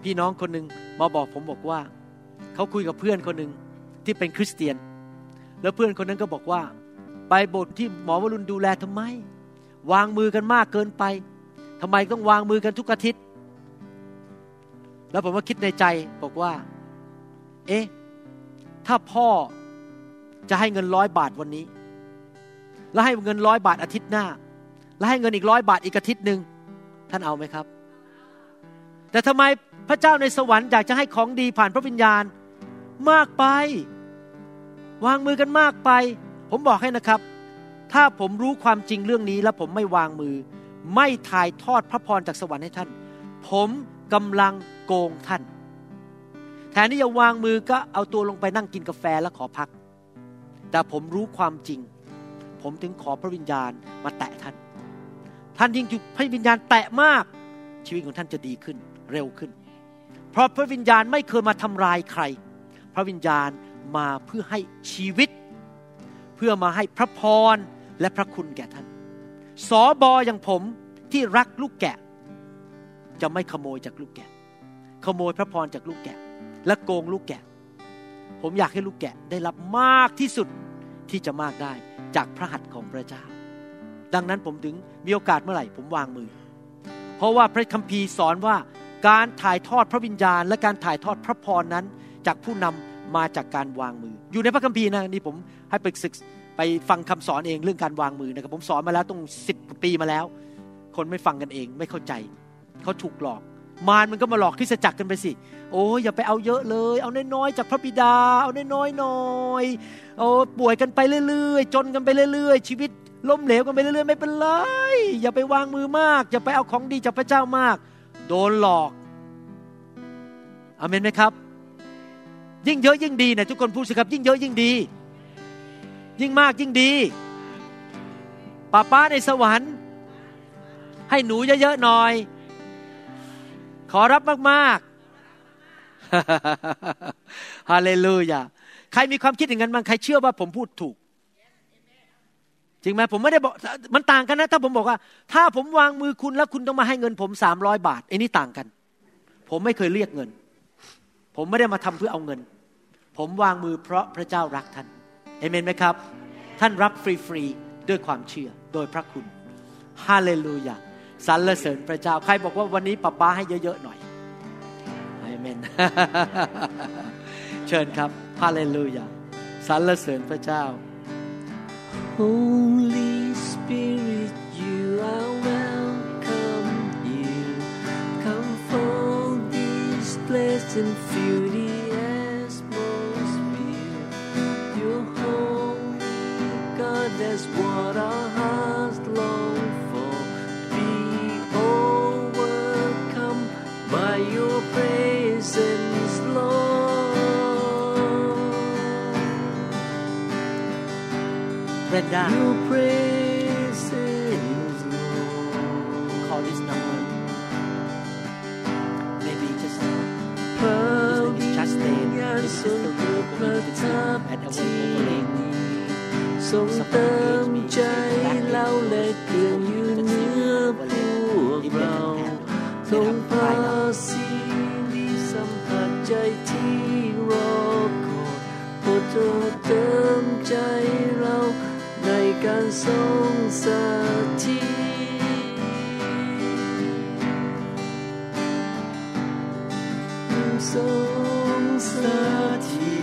พี่น้องคนหนึ่งมาบอกผมบอกว่าเขาคุยกับเพื่อนคนหนึ่งที่เป็นคริสเตียนแล้วเพื่อนคนนั้นก็บอกว่าไปโบสถ์ที่หมอวรุณดูแลทำไมวางมือกันมากเกินไปทำไมต้องวางมือกันทุกอาทิตย์แล้วผมก็คิดในใจบอกว่าเอ๊ะถ้าพ่อจะให้เงินร้อยบาทวันนี้แล้วให้เงินร้อยบาทอาทิตย์หน้าแล้วให้เงินอีกร้อยบาทอีกอาทิตย์นึงท่านเอาไหมครับแต่ทำไมพระเจ้าในสวรรค์อยากจะให้ของดีผ่านพระวิญญาณมากไปวางมือกันมากไปผมบอกให้นะครับถ้าผมรู้ความจริงเรื่องนี้แล้วผมไม่วางมือไม่ถ่ายทอดพระพรจากสวรรค์ให้ท่านผมกำลังโกงท่านแทนที่จะวางมือก็เอาตัวลงไปนั่งกินกาแฟแล้วขอพักแต่ผมรู้ความจริงผมถึงขอพระวิญญาณมาแตะท่านท่านยิ่งถูกพระวิญญาณแตะมากชีวิตของท่านจะดีขึ้นเร็วขึ้นเพราะพระวิญญาณไม่เคยมาทำลายใครพระวิญญาณมาเพื่อให้ชีวิตเพื่อมาให้พระพรและพระคุณแก่ท่านสบอย่างผมที่รักลูกแกะจะไม่ขโมยจากลูกแกะขโมยพระพรจากลูกแกะและโกงลูกแกะผมอยากให้ลูกแกะได้รับมากที่สุดที่จะมากได้จากพระหัตถ์ของพระเจ้าดังนั้นผมถึงมีโอกาสเมื่อไหร่ผมวางมือเพราะว่าพระคัมภีร์สอนว่าการถ่ายทอดพระวิญญาณและการถ่ายทอดพระพรนั้นจากผู้นำมาจากการวางมืออยู่ในพระคัมภีร์นะนี่ผมให้ไปศึกไปฟังคำสอนเองเรื่องการวางมือนะครับผมสอนมาแล้วต้องสิบปีมาแล้วคนไม่ฟังกันเองไม่เข้าใจเขาถูกหลอกมารมันก็มาหลอกคริสตจักรกันไปสิโอ้อย่าไปเอาเยอะเลยเอาน้อยๆจากพระบิดาเอาน้อยๆหน่อยโอ้ป่วยกันไปเรื่อยๆจนกันไปเรื่อยๆชีวิตล้มเหลวกันไปเรื่อยๆไม่เป็นไรอย่าไปวางมือมากอย่าไปเอาของดีจากพระเจ้ามากโดนหลอกอาเมนไหมครับยิ่งเยอะยิ่งดีนะทุกคนพูดสิครับยิ่งเยอะยิ่งดียิ่งมากยิ่งดีป้าป้าในสวรรค์ให้หนูเยอะๆหน่อยขอรับมากๆฮาเลลูยาใครมีความคิดอย่างนั้นบ้างใครเชื่อว่าผมพูดถูกจริงไหมผมไม่ได้บอกมันต่างกันนะถ้าผมบอกว่าถ้าผมวางมือคุณแล้วคุณต้องมาให้เงินผมสามร้อยบาทไอ้นี่ต่างกันผมไม่เคยเรียกเงินผมไม่ได้มาทำเพื่อเอาเงินผมวางมือเพราะพระเจ้ารักท่านเอเมนไหมครับท่านรับฟรีๆด้วยความเชื่อโดยพระคุณฮาเลลูยาสรรเสริญพระเจ้าใครบอกว่าวันนี้ป๊าป๊าให้เยอะๆหน่อยเอเมน เชิญครับฮาเลลูยาสรรเสริญพระเจ้า Holy Spirit you are welcome here come fill this place and fill the atmosphere you're holy God that's what our hearts long for be overcome by your presence Lord.Brenda, your presence, Lord. Call this number. Maybe just just stay. This is the room for you to sit at a waiting for ทรงเติมใจเราและเกื้ออยู่เนื้อพวกเราทรงพาสิ่งดีสัมผัสใจที่รอคอยโปรดเติมใจเราในการทรงสถิตทรงสถิ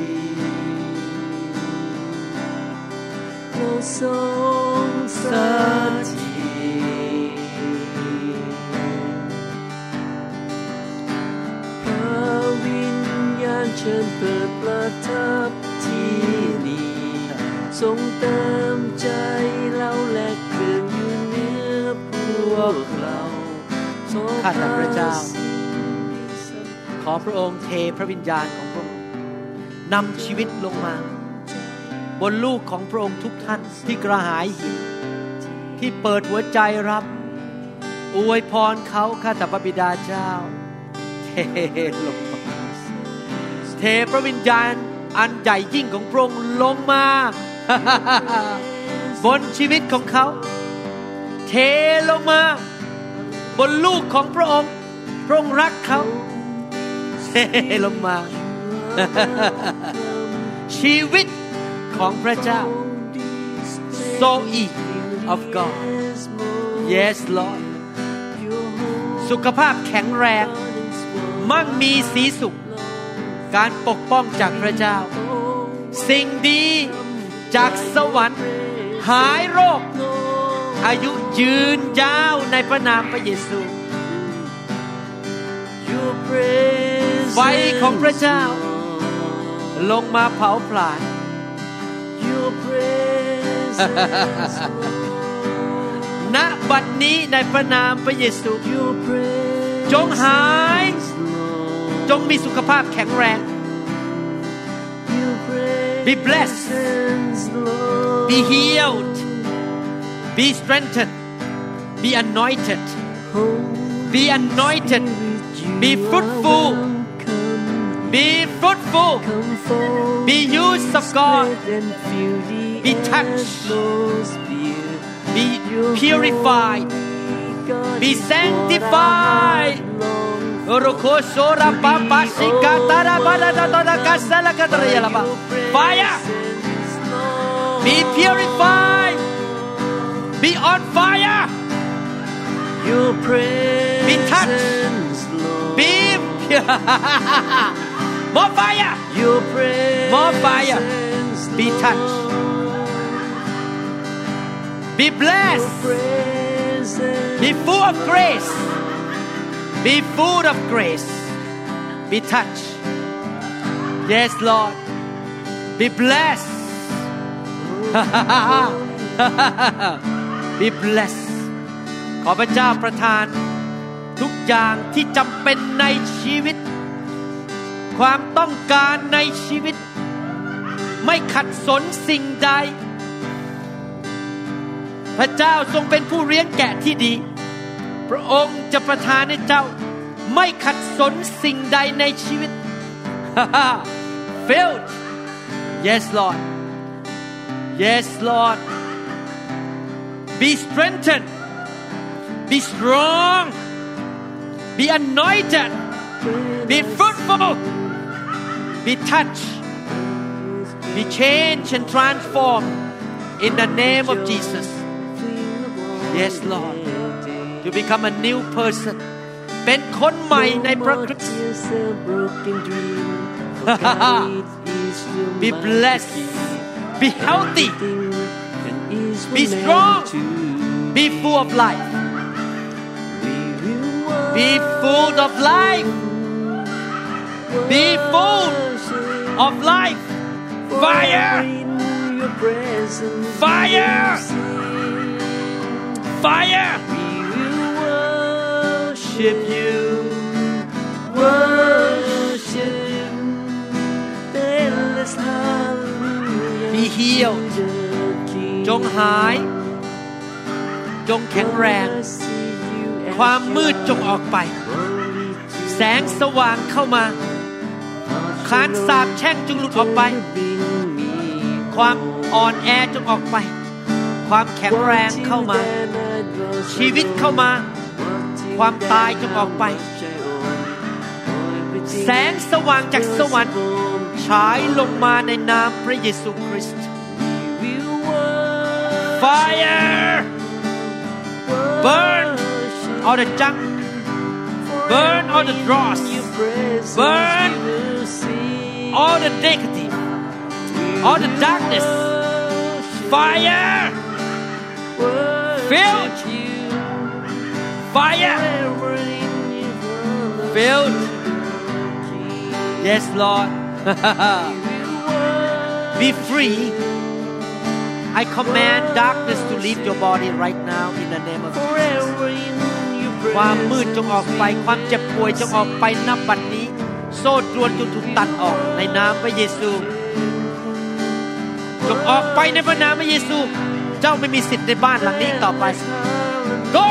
ตเราทรงสถิตพระวิญญาณเชิญเปิดประทับที่นี่ทรงเติมใจเราและเกิดอยู่เนื้อพวกเราข้าแต่พระเจ้าขอพระองค์เทพระวิญญาณของพระองค์นำชีวิตลงมาบนลูกของพระองค์ทุกท่านที่กระหายหิวที่เปิดหัวใจรับอวยพรเขาข้าแต่พระบิดาเจ้าเทลงมาเทพระวิญญาณอันใหญ่ยิ่งของพระองค์ลงมาบนชีวิตของเขาเทลงมาบนลูกของพระองค์พระองค์รักเขาลงมา ชีวิตของพระเจ้า Zoe of God Yes Lord สุขภาพแข็งแรงมั่งมีสีสุขการปกป้องจากพระเจ้าสิ่งดีจากสวรรค์หายโรคอายุยืนยาวในพระนามพระเยซูไฟของพระเจ้าลงมาเผาผลาญณบัดนี้ในพระนามพระเยซูจงหายจงมีสุขภาพแข็งแรง Be blessed Be healed Be strengthened Be anointed Be anointed Be fruitful Be fruitful Be used of God Be touched Be purified Be sanctified Orokosora papa sikatara bada da kasala katraya laba Fire Be purified Be on fire Your presence Be touched Be More fire Your presence More fire Be touched Be blessed Be full of grace Be full of grace Be touched Yes Lord Be blessed Be blessed ขอพระเจ้าประทานทุกอย่างที่จำเป็นในชีวิตความต้องการในชีวิตไม่ขัดสนสิ่งใดพระเจ้าทรงเป็นผู้เลี้ยงแกะที่ดีพระองค์จะประทานให้เจ้าไม่ขัดสนสิ่งใดในชีวิต Filled Yes Lord Yes Lord Be strengthened Be strong Be anointed Be fruitful Be touched Be changed and transformed in the name of Jesus Yes Lord You become a new person เป็นคนใหม่ในพระคริสต์ Be blessed Be healthy Be strong Be full of life Be full of life Be full of life Fire Fire Fire Worship you Worship you Endless hallelujah Be healed จงหายจงแข็งแรงความมืดจงออกไปแสงสว่างเข้ามาคานสาปแช่งจงหลุดออกไปความอ่อนแอจงออกไปความแข็งแรงเข้ามาชีวิตเข้ามาความตายจงออกไปแสงสว่างจากสวรรค์ฉายลงมาในนามพระเยซูคริสต์ Fire Burn all the junk Burn all the dross Burn all the negative all the darkness Fire Filled Fire Filled Yes Lord Be free I command darkness to leave your body right now in the name of Jesus ความมืดจงออกไปความเจ็บป่วยจงออกไปณบัดนี้โซ่ตรวนจงถูกตัดออกในนามพระเยซูจงออกไปในพระนามพระเยซูเจ้าไม่มีสิทธิ์ในบ้านหลังนี้ต่อไป Go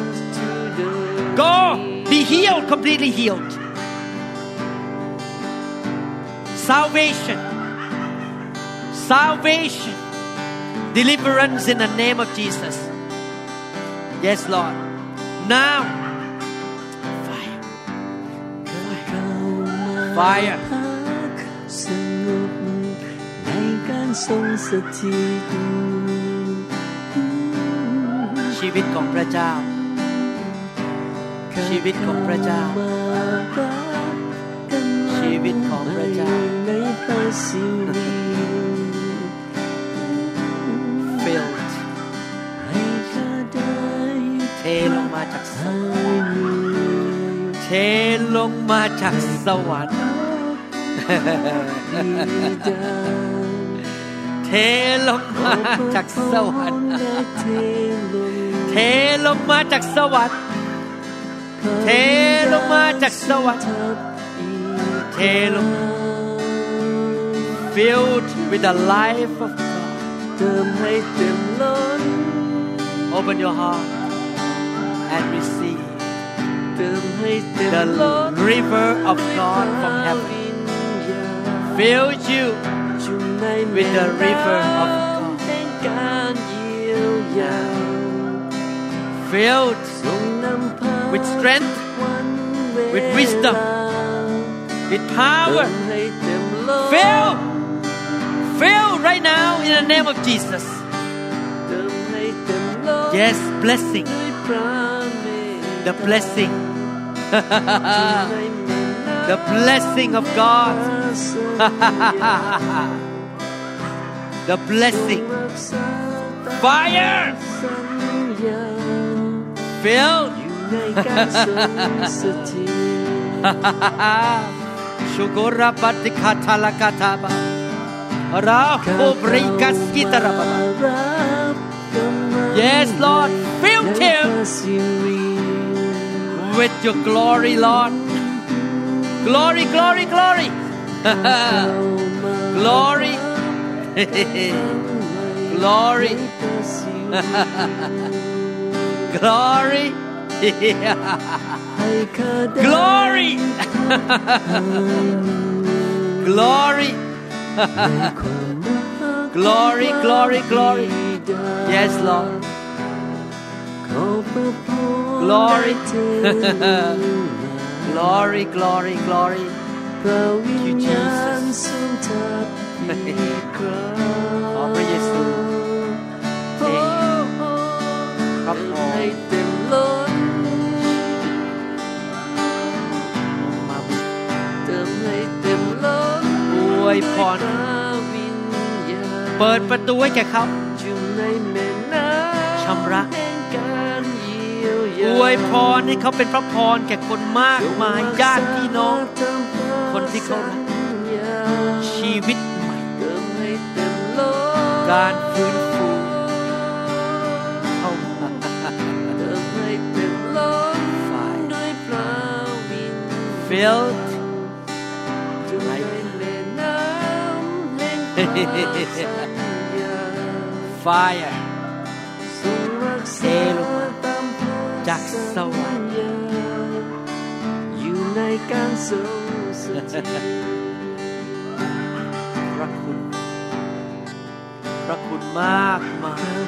Go Be healed completely healed Salvation Salvation Deliverance in the name of Jesus Yes Lord Now Fire Fire Fire สงบในการทรงสถิตชีวิตของพระเจ้าชีวิตของพระเจ้าชีวิตของพระเจ้า filled เทลงมาจากสวรรค์เทลงมาจากสวรรค์เทลงมาจากสวรรค์เทลงมาจากสวรรค์เทลงมาจากสวรรค์เทลง filled with the life of God เติมให้เต็มล้น open your heart and receive เติมให้เต็ม the ล้น river of God from heaven fill you with the river of God แห่งการเยียวยา filled with strength with wisdom with power fill fill right now in the name of Jesus yes blessing the blessing the blessing of God the blessing fire fill Shugora patikata lakataba Rahobrikas kitaraba Yes Lord fill him with your glory Lord Glory glory glory Glory Glory Glory Glory Glory Glory Glory Glory Yes Lord Glory Glory Glory Glory Thank you Jesus ขอพระเยซูเทพระพรอวยพรเปิดประตูให้แก่เขาชำระอวยพรให้เขาเป็นพระพรแก่คนมากมายญาติพี่น้องคนที่เขารักชีวิตใหม่การฟื้นฟูเข้ามาฝ่าย filled fire เทลงมาจากสวรรค์อยู่ในการทรงสถิตพระคุณพระคุณมากมาย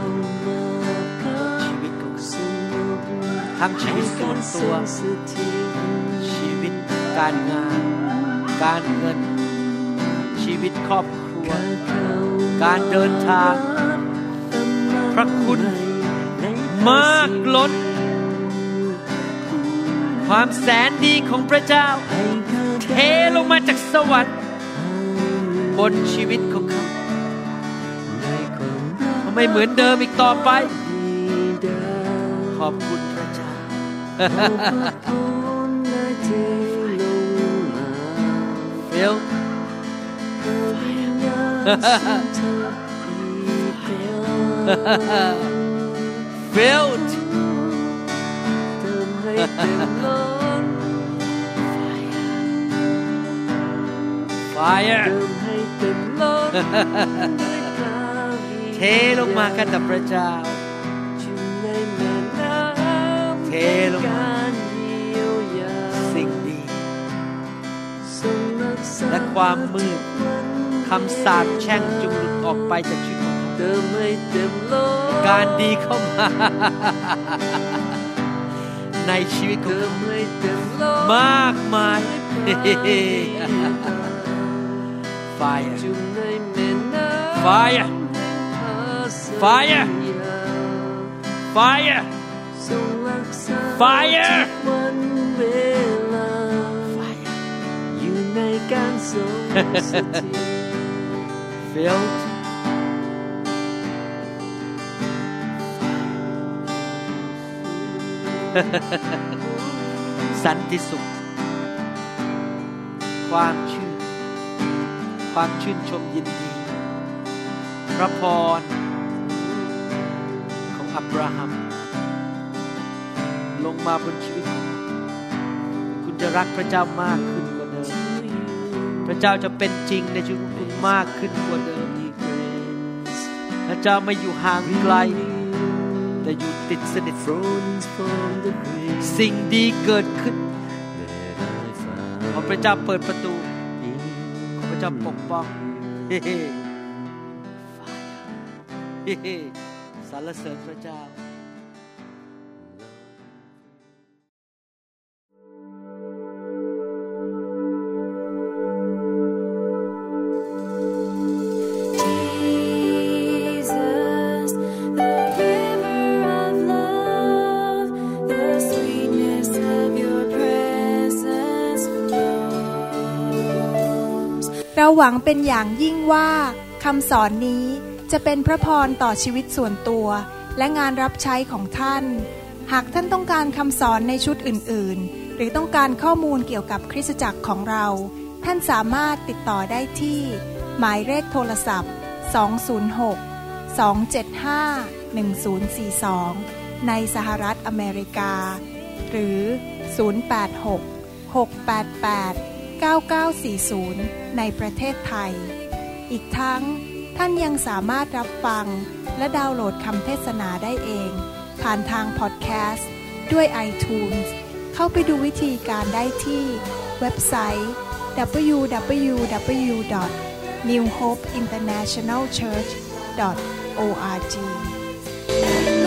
ชีวิตของทั้งชีวิตส่วนตัวชีวิตการงานการเงินชีวิตครอบครัวการเดินทางพระคุณมากล้นความแสนดีของพระเจ้าเทลงมาจากสวรรค์บนชีวิตของเขาเขาไม่เหมือนเดิมอีกต่อไปขอบคุณพระเจ้า Fill filled fire เทลงมากันกับพระเจ้าเทลงมาสิ่งดีและความมืดคำสาปแช่งจงหลุดออกไปจากชีวิตของเขาการดีเข้ามาในชีวิตของเติมให้เต็มล้นมากมาย Fire จุ่มในแม่น้ำ Fire พาส Fire ยา Fire ทรงรักษา Fire ทุกวันเวลา Fire อยู่ในการทรงสถิต Filledสันติสุขความชื่นความชื่นชมยินดีพระพรของอับราฮัมลงมาบนชีวิตของคุณคุณจะรักพระเจ้ามากขึ้นกว่าเดิมพระเจ้าจะเป็นจริงในชีวิตของคุณมากขึ้นกว่าเดิมพระเจ้าไม่อยู่ห่างไกลแต่อยู่ติดสนิทสิ่งดีเกิดขึ้นขอพระเจ้าเปิดประตูขอพระเจ้าปกป้องเฮ้เฮ้สรรเสริญพระเจ้าเราหวังเป็นอย่างยิ่งว่าคำสอนนี้จะเป็นพระพรต่อชีวิตส่วนตัวและงานรับใช้ของท่านหากท่านต้องการคำสอนในชุดอื่นๆหรือต้องการข้อมูลเกี่ยวกับคริสตจักรของเราท่านสามารถติดต่อได้ที่หมายเลขโทรศัพท์สอง ศูนย์ หก สอง เจ็ด ห้า หนึ่ง ศูนย์ สี่ สองในสหรัฐอเมริกาหรือศูนย์ แปด หก หก แปด แปด เก้า เก้า สี่ ศูนย์ในประเทศไทยอีกทั้งท่านยังสามารถรับฟังและดาวน์โหลดคำเทศนาได้เองผ่านทางพอดแคสต์ด้วย iTunes เข้าไปดูวิธีการได้ที่เว็บไซต์ ดับเบิลยู ดับเบิลยู ดับเบิลยู ดอท นิว โฮป อินเตอร์เนชั่นแนล เชิร์ช ดอท โอ อาร์ จี